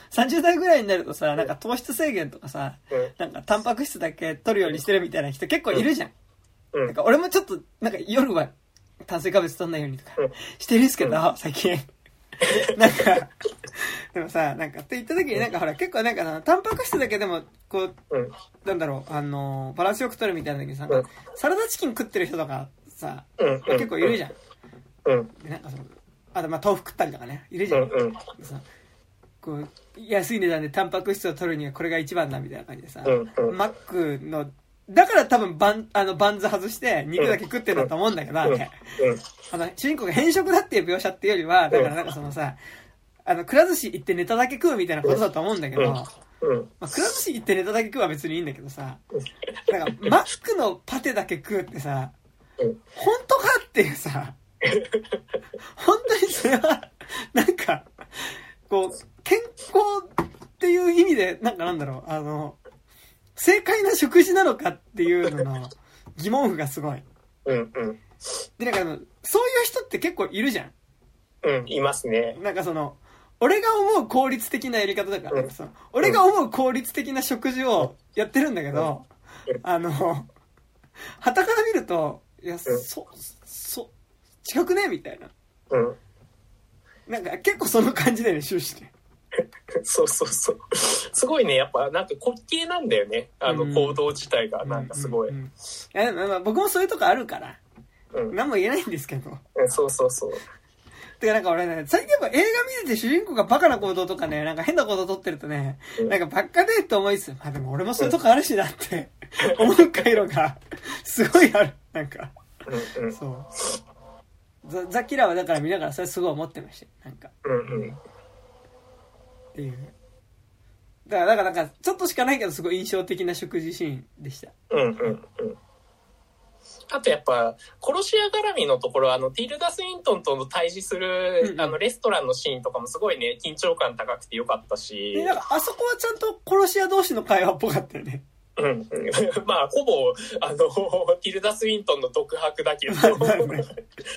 Speaker 1: さんじゅう代ぐらいになるとさ、なんか糖質制限とかさ、
Speaker 2: うん、
Speaker 1: なんかタンパク質だけ取るようにしてるみたいな人結構いるじゃん。
Speaker 2: うん、
Speaker 1: なんか俺もちょっと、なんか夜は炭水化物取んないようにとかしてるんですけど、うん、最近。なんか、でもさ、なんかって言った時になんかほら結構なんかな、タンパク質だけでも、こう、うん、なんだろう、あの、バランスよく取るみたいな時にさ、うん、サラダチキン食ってる人とかさ、うん、結構いるじゃん。うん。で、なんかその、あとまあ豆腐食ったりとかね、いるじゃん。うんうん、さこう安い値段でタンパク質を取るにはこれが一番だみたいな感じでさ、うんうん、マックの、だから多分バン、あの、バンズ外して肉だけ食ってるんだと思うんだけど、あれ。あの、主人公が変色だっていう描写っていうよりは、だからなんかそのさ、あの、くら寿司行ってネタだけ食うみたいなことだと思うんだけど、まあ、くら寿司行ってネタだけ食うは別にいいんだけどさ、なんか、マックのパテだけ食うってさ、本当かっていうさ、本当にそれは、なんか、こう、健康っていう意味で、なんかなんだろう、あの、正解な食事なのかっていうのの疑問符がすごい。うんうん。で、なんかあの、そういう人って結構いるじゃん。
Speaker 2: うん、いますね。
Speaker 1: なんかその、俺が思う効率的なやり方だから、うん、その俺が思う効率的な食事をやってるんだけど、うん、あの、旗から見ると、いや、うん、そ、そ、違くねみたいな。うん。なんか結構その感じだよね、終始ね。
Speaker 2: そうそうそう。すごいね、やっぱなんか滑稽なんだよね。あの行動自体がなんかすごい。うんうんうん、い
Speaker 1: やまあ、僕もそういうとこあるから、うん、何も言えないんですけど。
Speaker 2: そうそうそう。
Speaker 1: てかなんか俺ね、最近やっぱ映画見てて主人公がバカな行動とかね、なんか変な行動取ってるとね、うん、なんかバカでって思いつつ、まあでも俺もそういうとこあるしなって思う回路がすごいある。なんか、うんうん、そう。ザ・ザキラーはだから見ながらそれすごい思ってました。なんか。うんうん。っていう。だから、だからなんかちょっとしかないけどすごい印象的な食事シーンでした。うんうんうん。
Speaker 2: あとやっぱ殺し屋絡みのところ、あのティルダ・スウィントンと対峙する、うんうん、あのレストランのシーンとかもすごいね緊張感高くてよかったし、
Speaker 1: でなんかあそこはちゃんと殺し屋同士の会話っぽかったよね。
Speaker 2: うん、まあほぼあのティルダ・スウィントンの独白だけど、まあね、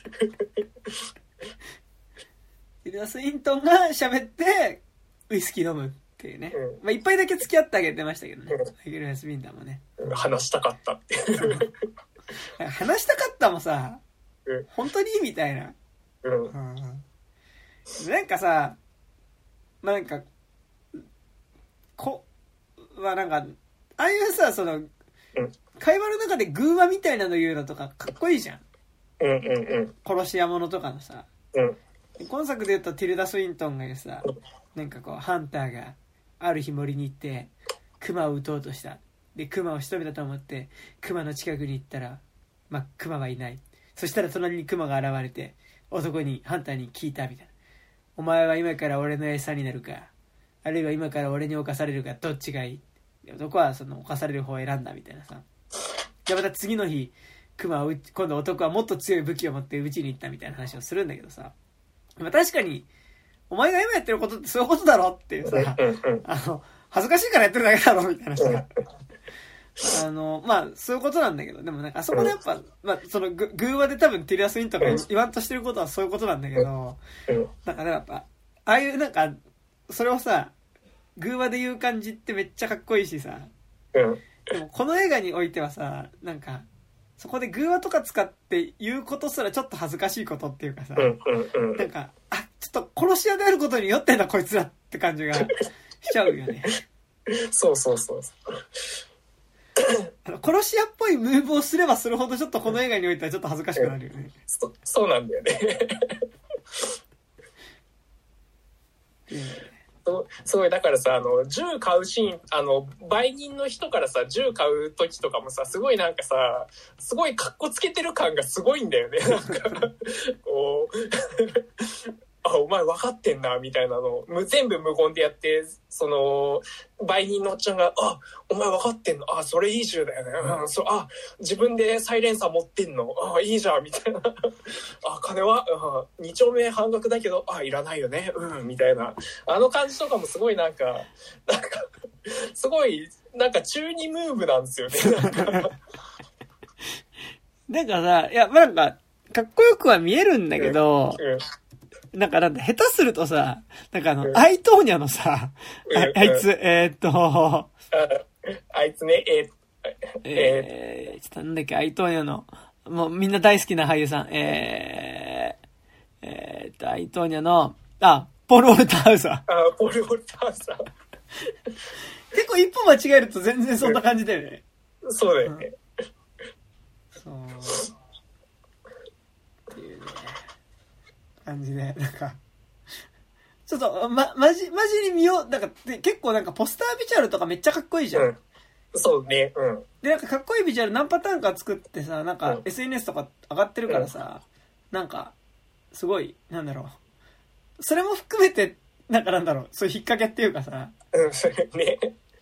Speaker 1: ティルダ・スウィントンが喋ってウイスキー飲むっていうね、うん、まあ一杯だけ付き合ってあげてましたけどね、うん、ティルダ・スウィントンもね、
Speaker 2: 話したかったって
Speaker 1: 話したかったもさ、うん、本当にみたいな、うんうん、なんかさ、まあなんかこはなんかああいうさ、その、うん、会話の中で偶話みたいなの言うのとかかっこいいじゃん、うんうんうん、殺し屋物とかのさ、うん、今作で言うとティルダ・スウィントンが言うさ、なんかこうハンターがある日森に行ってクマを撃とうとした。でクマを仕留めたと思ってクマの近くに行ったら、まあ、クマはいない。そしたら隣にクマが現れて男にハンターに聞いたみたいな。お前は今から俺の餌になるか、あるいは今から俺に侵されるか、どっちがいい。で男はその侵される方を選んだみたいなさ。でまた次の日クマは今度男はもっと強い武器を持って撃ちに行ったみたいな話をするんだけどさ、まあ、確かにお前が今やってることってそういうことだろっていうさ、あの恥ずかしいからやってるだけだろみたいなさあのまあそういうことなんだけど、でもなんかあそこでやっぱ、まあ、そのグ偶話で多分ティルダ・スウィントンが言わんとしてることはそういうことなんだけど、なんかねやっぱああいうなんかそれをさ偶話で言う感じってめっちゃかっこいいしさ、でもこの映画においてはさ、なんかそこで偶話とか使って言うことすらちょっと恥ずかしいことっていうかさ、なんかあちょっと殺し屋であることに酔ってんだこいつらって感じがしちゃうよね
Speaker 2: そうそうそう
Speaker 1: あの殺し屋っぽいムーブをすればするほどちょっとこの映画においてはちょっと恥ずかしくなるよね、うん、
Speaker 2: そ, そうなんだよねそ, すごいだからさ、あの銃買うシーン、あの売人の人からさ銃買う時とかもさ、すごいなんかさすごいカッコつけてる感がすごいんだよね。なんかこうあお前分かってんなみたいなの全部無言でやって、その売人のおっちゃんがあお前分かってんの、あそれいい銃だよね、うん、そあ自分でサイレンサー持ってんの、あいいじゃんみたいなあ金はあに丁目半額だけどあいらないよねうんみたいな、あの感じとかもすごいなんかなんかすごいなんか中二ムーブなんですよね
Speaker 1: なんかさ、いやまあなんかかっこよくは見えるんだけど、うんうん、 なんかなんだ、下手するとさ、なんかあの、うん、アイトーニャのさ、うん、あ, あいつ、えー、っとあ、
Speaker 2: あいつね、えー、
Speaker 1: えー、ちょっとなんだっけ、アイトーニャの、もうみんな大好きな俳優さん、えー、えー、っと、アイトーニャの、あ、ポール・ウォルターハウザー。
Speaker 2: あ、ポール・ウォルターハウザー。
Speaker 1: 結構一歩間違えると全然そんな感じだよね。
Speaker 2: うん、そうだよね。
Speaker 1: うん、そう。っていうね、感じで、なんか、ちょっと、ま、まじ、まじに見よう。なんか、結構なんかポスタービジュアルとかめっちゃかっこいいじゃん。うん、
Speaker 2: そうね。うん。
Speaker 1: で、なんかかっこいいビジュアル何パターンか作ってさ、なんか エスエヌエス とか上がってるからさ、うん、なんか、すごい、なんだろう。それも含めて、なんかなんだろう、そういう引っ掛けっていうかさ、
Speaker 2: うん、それね。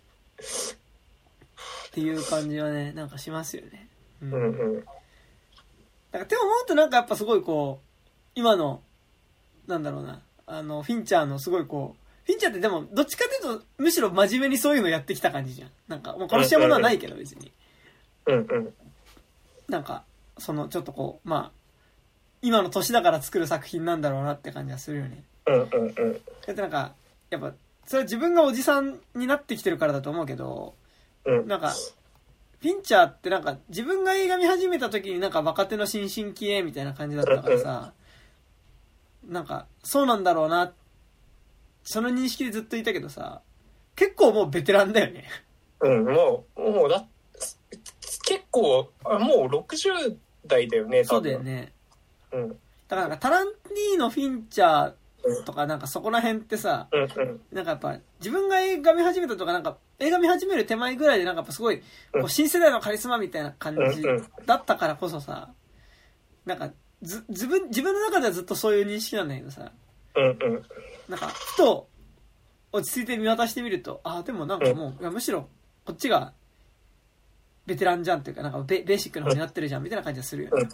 Speaker 1: っていう感じはね、なんかしますよね。
Speaker 2: うん。うんうん。
Speaker 1: だからって思うとなんかやっぱすごいこう、今の、なんだろうな、あの、フィンチャーのすごいこう、フィンチャーってでも、どっちかというと、むしろ真面目にそういうのやってきた感じじゃん。なんか、もう殺し屋ものはないけど、別に。
Speaker 2: うんうん。
Speaker 1: なんか、その、ちょっとこう、まあ、今の年だから作る作品なんだろうなって感じがするよね。
Speaker 2: うんうんうん。
Speaker 1: だってなんか、やっぱ、それは自分がおじさんになってきてるからだと思うけど、
Speaker 2: うん、
Speaker 1: なんか、フィンチャーってなんか、自分が映画見始めた時になんか若手の新進気鋭みたいな感じだったからさ、なんか、そうなんだろうな、その認識でずっといたけどさ、結構もうベテランだよね。
Speaker 2: うん、もう、もうだ、結構、もうろくじゅう代だよね、
Speaker 1: 多分。そうだよね。
Speaker 2: うん。
Speaker 1: だからなんかタランティーノ、フィンチャーとかなんかそこら辺ってさ、
Speaker 2: うんうん、
Speaker 1: なんかやっぱ自分が映画見始めたとかなんか映画見始める手前ぐらいでなんかやっぱすごいこう新世代のカリスマみたいな感じだったからこそさ、なんかず自分自分の中ではずっとそういう認識なんだけどさ、
Speaker 2: うんうん、
Speaker 1: なんかふと落ち着いて見渡してみると、あでもなんかもういやむしろこっちがベテランじゃんっていうかなんか ベ, ベーシックな方になってるじゃんみたいな感じがするよね。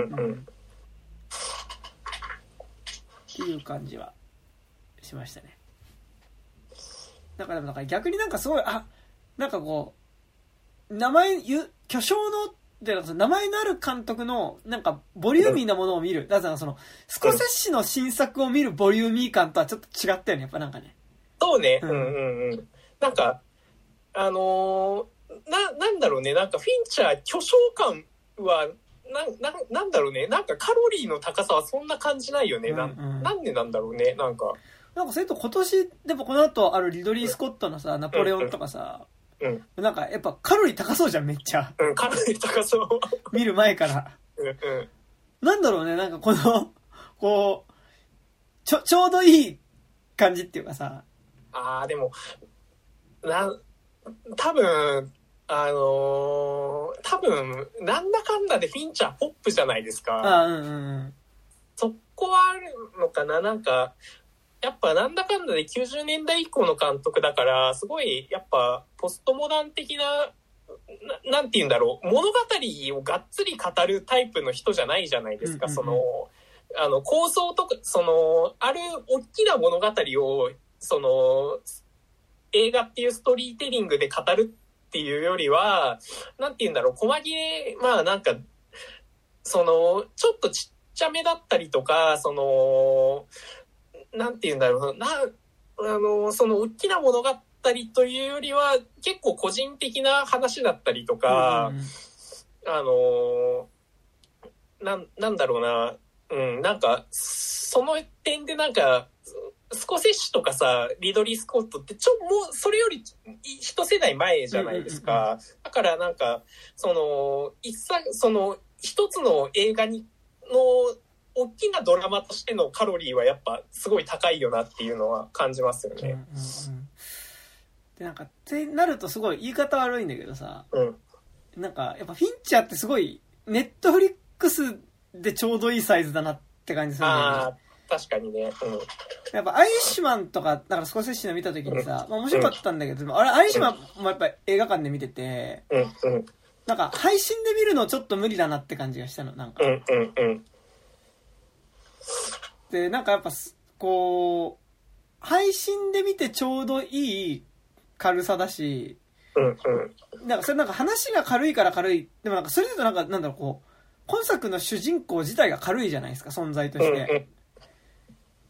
Speaker 1: っていう感じはしましたね。だからなんか逆になんかすごい、あ、なんかこう名前言巨匠ので名前のある監督のなんかボリューミーなものを見る。だからそのスコセッシの新作を見るボリューミー感とはちょっと違ったよね。やっぱなんかね。
Speaker 2: そうね。うんうんうん。なんかあのー、ななんだろうね。なんかフィンチャー巨匠感はなななんだろうね。なんかカロリーの高さはそんな感じないよね。うんうん、な, なんでなんだろうね。なんか。
Speaker 1: なんかそれと今年でもこの後あるリドリー・スコットのさ、ナポレオンとかさ、
Speaker 2: うんうん、
Speaker 1: なんかやっぱカロリー高そうじゃんめっちゃ。
Speaker 2: うん、カロリー高そう。
Speaker 1: 見る前から。
Speaker 2: うんうん、
Speaker 1: なんだろうね。なんかこのこうちょちょうどいい感じっていうかさ。
Speaker 2: ああでもな多分。あのー、多分なんだかんだでフィンチャーポップじゃないですか。
Speaker 1: あ、うんうんうん、
Speaker 2: そこはあるのかな。なんかやっぱなんだかんだできゅうじゅうねんだい以降の監督だからすごいやっぱポストモダン的な な, なんて言うんだろう物語をがっつり語るタイプの人じゃないじゃないですか。うんうんうん、そのあの構想とかそのある大きな物語をその映画っていうストーリーテリングで語るっていうよりはなんて言うんだろう細切れまあなんかそのちょっとちっちゃめだったりとかそのなんて言うんだろうなあのその大きな物語というよりは結構個人的な話だったりとか、うんうん、あのな ん, なんだろうな、うん、なんかその点でなんかスコセッシとかさリドリー・スコットってちょもうそれより一世代前じゃないですか、うんうんうん、だからなんかその一冊その一つの映画にの大きなドラマとしてのカロリーはやっぱすごい高いよなっていうのは感じますよね。うんうんうん、
Speaker 1: でなんかってなるとすごい言い方悪いんだけどさ、
Speaker 2: うん、
Speaker 1: なんかやっぱフィンチャーってすごいネットフリックスでちょうどいいサイズだなって感じするんだよね。
Speaker 2: あ確かにね、うん、
Speaker 1: やっぱアイリッシュマンとかだからスコセッシの見た時にさ、まあ、面白かったんだけど、うん、あれアイリッシュマンもやっぱ映画館で見てて、
Speaker 2: うんうん、
Speaker 1: なんか配信で見るのちょっと無理だなって感じがしたのなんか、
Speaker 2: うんうんうん、
Speaker 1: でなんかやっぱこう配信で見てちょうどいい軽さだし、
Speaker 2: うんうん、
Speaker 1: なんかそれなんか話が軽いから軽いでもなんかそれだとなんかなんだろうこう今作の主人公自体が軽いじゃないですか存在として、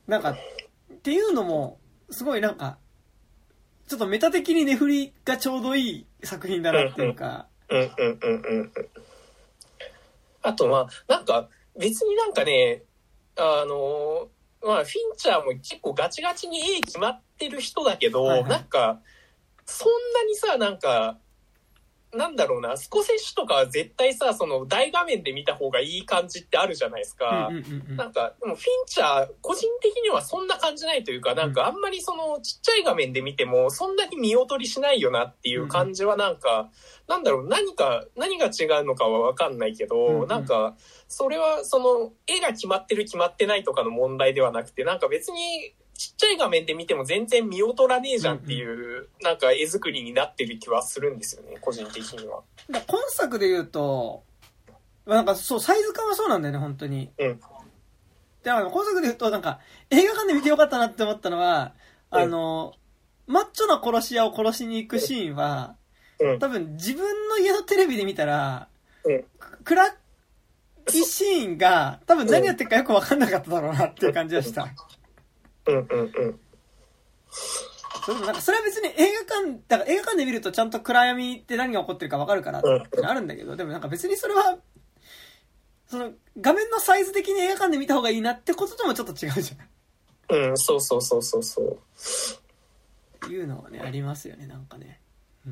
Speaker 1: なんかっていうのもすごいなんかちょっとメタ的に寝振りがちょうどいい作品だなっていうか、
Speaker 2: うんうんうんうんうん。あとまあなんか別になんかね、あのまあフィンチャーも結構ガチガチに絵決まってる人だけど、はいはい、なんかそんなにさなんかなんだろうな、スコセッシとかは絶対さその大画面で見た方がいい感じってあるじゃないですか、うんうんうんうん、なんかでもフィンチャー個人的にはそんな感じないというか、なんかあんまりそのちっちゃい画面で見てもそんなに見劣りしないよなっていう感じはなんか、うんうん、なんだろう、何か何が違うのかは分かんないけど、うんうん、なんかそれはその絵が決まってる決まってないとかの問題ではなくて、なんか別にちっちゃい画面で見ても全然見劣らねえじゃんっていう、うんうん、なんか絵作りになってる気はするんですよね、個人的には。
Speaker 1: だ今作で言うとなんかそうサイズ感はそうなんだよね本当に。うん。で今作で言うとなんか映画館で見てよかったなって思ったのは、うん、あのマッチョな殺し屋を殺しに行くシーンは、うん、多分自分の家のテレビで見たら、うん、暗いシーンが多分何やってるかよく分かんなかっただろうなっていう感じがした。
Speaker 2: うんうんうん。
Speaker 1: それなんかそれは別に映画館だから映画館で見るとちゃんと暗闇って何が起こってるか分かるからってあるんだけど、でもなんか別にそれはその画面のサイズ的に映画館で見た方がいいなってことともちょっと違うじ
Speaker 2: ゃん。うん、そうそうそうそうそう。
Speaker 1: っていうのはねありますよね、なんかね。うん。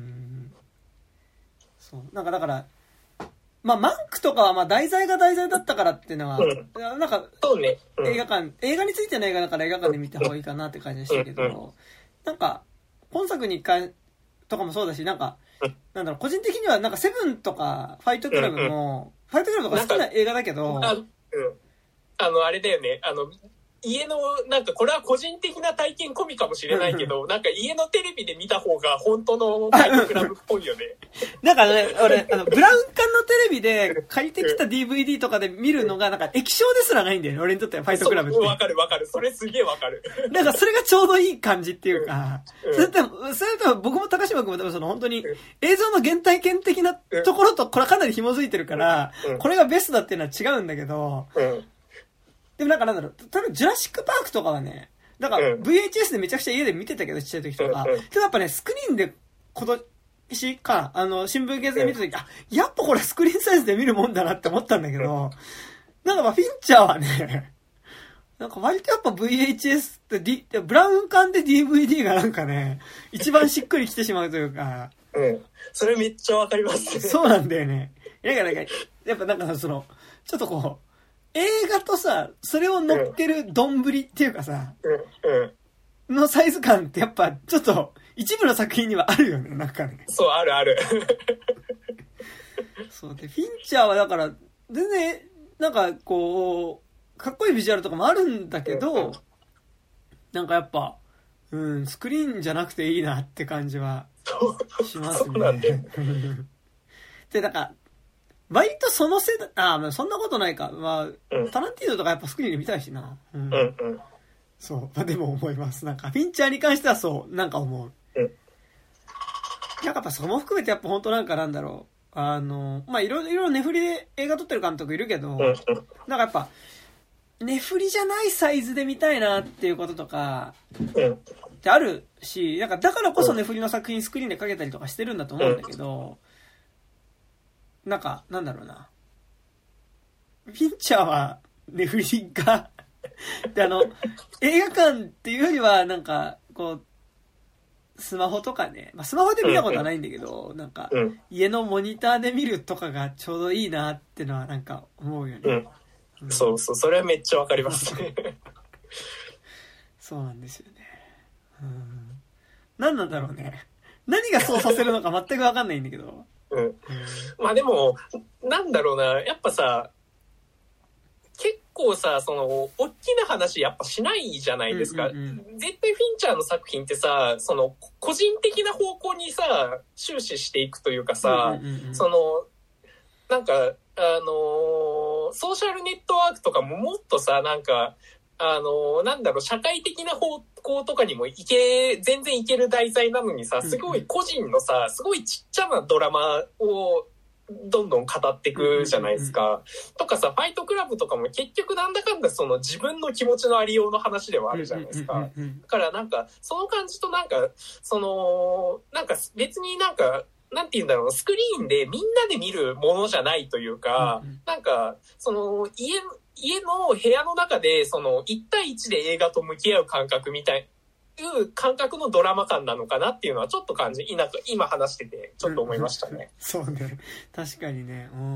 Speaker 1: そうなんかだから。まあ、マンクとかはまあ題材が題材だったからっていうのは、うん、なんか、
Speaker 2: そうね、うん、
Speaker 1: 映画館、映画についての映画だから映画館で見た方がいいかなって感じでしたけど、うんうん、なんか、本作にかとかもそうだし、なんか、うん、なんだろう、個人的にはなんかセブンとかファイトクラブも、うんうん、ファイトクラブとか好きな映画だけど、
Speaker 2: あ、うん、あの、あれだよね、あの、家の、なんかこれは個人的な体験込みかもしれないけど、うんうん、なんか家のテレビで見た方が本当のファイトクラブっぽいよね。
Speaker 1: なんかね、俺、あの、ブラウン管のテレビで借りてきた ディーブイディー とかで見るのが、なんか液晶ですらないんだよね、俺にとってはファイトクラブって。
Speaker 2: わかるわかる。それすげえわかる。
Speaker 1: なんかそれがちょうどいい感じっていうか、うんうん、それと、それと僕も高島君も多分その本当に映像の原体験的なところとこれはかなり紐づいてるから、うん、これがベストだっていうのは違うんだけど、うんでもなんかなんだろう、多分ジュラシックパークとかはね、だから ブイエイチエス でめちゃくちゃ家で見てたけど、ちっちゃい時とか。けどやっぱね、スクリーンで今年か、あの、新聞系で見た時、あ、やっぱこれスクリーンサイズで見るもんだなって思ったんだけど、なんかまあフィンチャーはね、なんか割とやっぱ ブイエイチエスって、D、ブラウン管で ディーブイディー がなんかね、一番しっくりきてしまうというか。
Speaker 2: うん。それめっちゃわかりますね。
Speaker 1: そうなんだよね。だからなんか、やっぱなんかその、ちょっとこう、映画とさ、それを乗っける丼っていうかさ、うんうん、のサイズ感ってやっぱちょっと一部の作品にはあるよね、なんかね。
Speaker 2: そう、あるある。
Speaker 1: そうで、フィンチャーはだから全然なんかこうかっこいいビジュアルとかもあるんだけど、うんうん、なんかやっぱ、うん、スクリーンじゃなくていいなって感じはしますね。そうなんだよ。で、なんか割とその世代、ああ、そんなことないか。まあ、うん、タランティーノとかやっぱスクリーンで見たいしな。うん。うんうん、そう。まあでも思います。なんか、フィンチャーに関してはそう、なんか思う。うん。なんかやっぱそこも含めてやっぱ本当なんかなんだろう。あの、まあいろいろ値振りで映画撮ってる監督いるけど、うん、なんかやっぱ、値振りじゃないサイズで見たいなっていうこととか、うん。ってあるし、なんかだからこそ値振りの作品スクリーンでかけたりとかしてるんだと思うんだけど、なんか、なんだろうな。フィンチャーは、値振りがで、あの、映画館っていうよりは、なんか、こう、スマホとかね、まあ、スマホで見たことはないんだけど、なんか、家のモニターで見るとかがちょうどいいなってのは、なんか、思うよね。うん
Speaker 2: うん、そうそう、それはめっちゃわかりますね。
Speaker 1: そうなんですよね。うん。何なんだろうね。何がそうさせるのか全くわかんないんだけど。
Speaker 2: うん、まあでもなんだろうな、やっぱさ結構さその大きな話やっぱしないじゃないですか、うんうんうん、絶対フィンチャーの作品ってさその個人的な方向にさ終始していくというかさ、うんうんうん、そのなんかあのー、ソーシャルネットワークとかももっとさなんかあのー、なんだろう社会的な方向とかにもいけ全然いける題材なのにさすごい個人のさすごいちっちゃなドラマをどんどん語っていくじゃないですか。とかさ、ファイトクラブとかも結局なんだかんだその自分の気持ちのありようの話ではあるじゃないですか。だからなんか、その感じとなんか、その、なんか別になんか、なんて言うんだろう、スクリーンでみんなで見るものじゃないというか、なんか、その家、家の部屋の中でそのいち対いちで映画と向き合う感覚みたいいう感覚のドラマ感なのかなっていうのはちょっと感じ、今話しててちょっと思いましたね。
Speaker 1: そうね。確かにね。うん。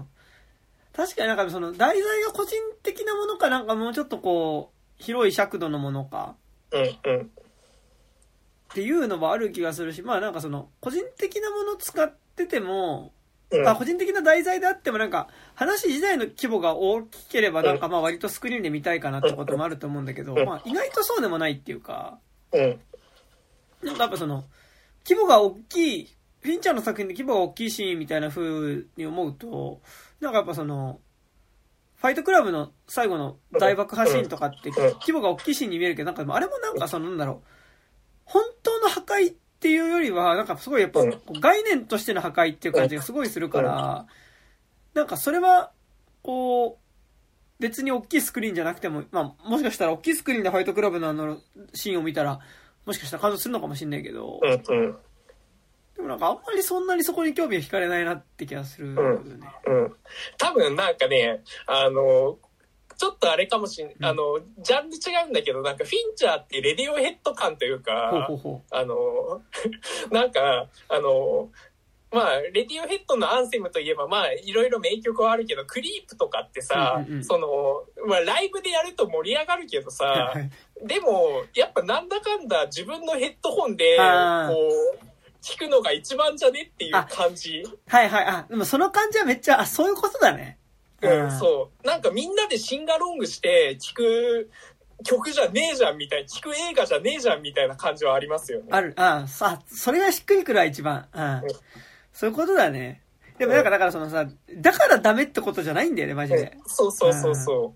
Speaker 1: 確かになんかその題材が個人的なものかなんかもうちょっとこう、広い尺度のものか。
Speaker 2: うんうん。
Speaker 1: っていうのはある気がするし、まあなんかその個人的なもの使ってても、うん、あ個人的な題材であってもなんか話自体の規模が大きければなんかまあ割とスクリーンで見たいかなってこともあると思うんだけど、まあ意外とそうでもないっていうか、なんかやっぱその規模が大きいフィンチャーの作品で規模が大きいシーンみたいな風に思うと、なんかやっぱそのファイトクラブの最後の大爆破シーンとかって規模が大きいシーンに見えるけど、なんかあれもなんかそのなんだろう、本当の破壊っていうよりはなんかすごいやっぱ概念としての破壊っていう感じがすごいするから、なんかそれはこう別に大きいスクリーンじゃなくても、まあもしかしたら大きいスクリーンでファイトクラブのあのシーンを見たらもしかしたら感動するのかもしれないけど、でもなんかあんまりそんなにそこに興味が惹かれないなって気がするよね。
Speaker 2: うんうん、多分なんかね、あのちょっとあれかもしん、あの、ジャンル違うんだけど、なんかフィンチャーってレディオヘッド感というか、
Speaker 1: ほうほうほう、
Speaker 2: あの、なんか、あの、まあ、レディオヘッドのアンセムといえば、まあ、いろいろ名曲はあるけど、クリープとかってさ、うんうんうん、その、まあ、ライブでやると盛り上がるけどさ、でも、やっぱなんだかんだ自分のヘッドホンで、こう、聞くのが一番じゃねっていう感じ。
Speaker 1: はいはい。あ、でもその感じはめっちゃ、あ、そういうことだね。
Speaker 2: うん、そう。なんかみんなでシンガロングして聴く曲じゃねえじゃんみたいな、聴く映画じゃねえじゃんみたいな感じはありますよね。
Speaker 1: ある。あ、さ、それがしっくりくるわ一番。うん。うん、そういうことだね。でもなんかだからそのさ、だからダメってことじゃないんだよね、マジで。
Speaker 2: うん、そうそうそうそう。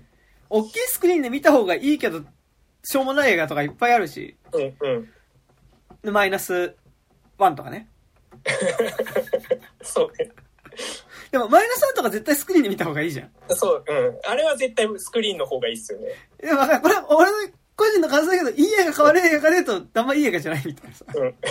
Speaker 1: 大きいスクリーンで見た方がいいけど、しょうもない映画とかいっぱいあるし。
Speaker 2: うんうん。
Speaker 1: マイナスワンとかね。
Speaker 2: そうね。
Speaker 1: でも、マイナスワンとか絶対スクリーンで見た方がいいじゃん。
Speaker 2: そう、うん。あれは絶対スクリーンの方がいいっすよね。
Speaker 1: でも、これ、俺の個人の感想だけど、いい映画買われる映画かねえと、あんまいい映画じゃないみたいなさ。うん。で、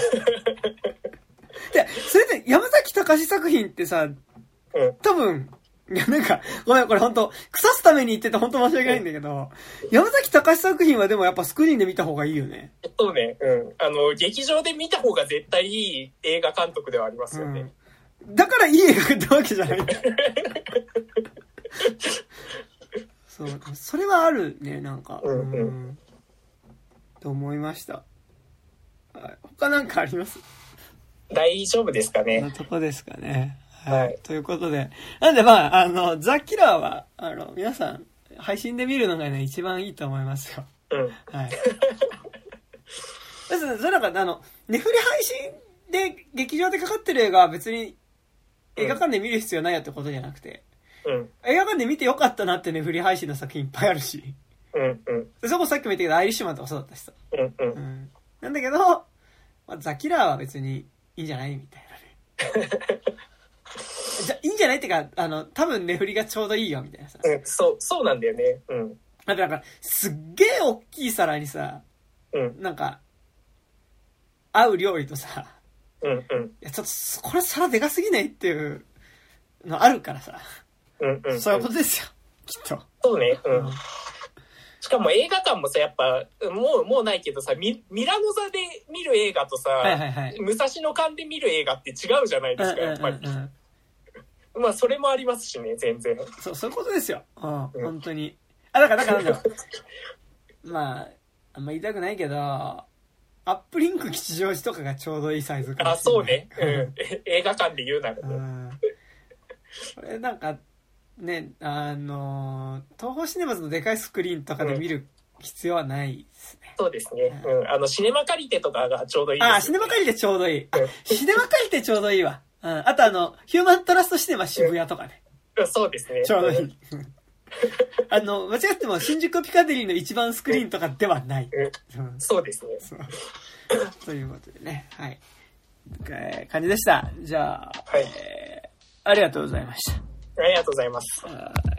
Speaker 1: それで、山崎隆作品ってさ、うん、多分、いや、なんか、ごめん、これ本当腐すために言ってて本当申し訳ないんだけど、うん、山崎隆作品はでもやっぱスクリーンで見た方がいいよね。
Speaker 2: そうね、うん。あの、劇場で見た方が絶対いい映画監督ではありますよね。うん
Speaker 1: だからいい映画ってわけじゃない。そう、それはあるね、なんか。うん、うん。と思いました。はい、他なんかあります？
Speaker 2: 大丈夫ですかね。
Speaker 1: のとこですかね。はい。はい、ということで。なんでまあ、あの、ザ・キラーは、あの、皆さん、配信で見るのがね、一番いいと思いますよ。
Speaker 2: うん。
Speaker 1: はい。それなんか、あの、ネフリ配信で劇場でかかってる映画は別に、映画館で見る必要ないやってことじゃなくて、うん、映画館で見てよかったなってね、フリー配信の作品いっぱいあるし、
Speaker 2: うんうん、
Speaker 1: そこさっきも言ったけどアイリッシュマンとかそうだったしさ、
Speaker 2: うんうんうん、
Speaker 1: なんだけど、まあ、ザ・キラーは別にいいんじゃないみたいなねじゃいいんじゃないってか、あの多分ねフリがちょうどいいよみたいなさ、
Speaker 2: うん、そうそうなんだよね、うん、
Speaker 1: あとなんかすっげえ大きい皿にさ、うん、なんか合う料理とさ
Speaker 2: うんうん、い
Speaker 1: やちょっとこれ皿でかすぎないっていうのあるからさ、
Speaker 2: うんうんうん、
Speaker 1: そういうことですよきっと。
Speaker 2: そうね、うん、しかも映画館もさやっぱもうもうないけどさ ミ, ミラノ座で見る映画とさ、
Speaker 1: はいはいはい、
Speaker 2: 武蔵野館で見る映画って違うじゃないですかやっぱり、うんうんうん、まあそれもありますしね全然。
Speaker 1: そうそういうことですよ、うん、本当に。あだからだからなんだろうまああんま言いたくないけど。アップリンク吉祥寺とかがちょうどいいサイズかもしれない。あ、そうね。うん、
Speaker 2: 映画館で言うならね。うん、
Speaker 1: これなんかね、あの東宝シネマズのでかいスクリーンとかで見る必要はないですね。
Speaker 2: うん、そうですね。うん、あのシネマ借りてとかがちょうどいいです、ね。
Speaker 1: あ、シネマ借りてちょうどいい。あ、シネマ借りてちょうどいいわ。うん、あとあのヒューマントラストシネマ渋谷とかね。
Speaker 2: うん、そうですね。
Speaker 1: ちょうどいい。あの間違っても新宿ピカデリーの一番スクリーンとかではない、
Speaker 2: うんうん、そうですね。
Speaker 1: ということでね、はい、えー、感じでした。じゃあ、
Speaker 2: はい、
Speaker 1: えありがとうございました。
Speaker 2: ありがとうございます。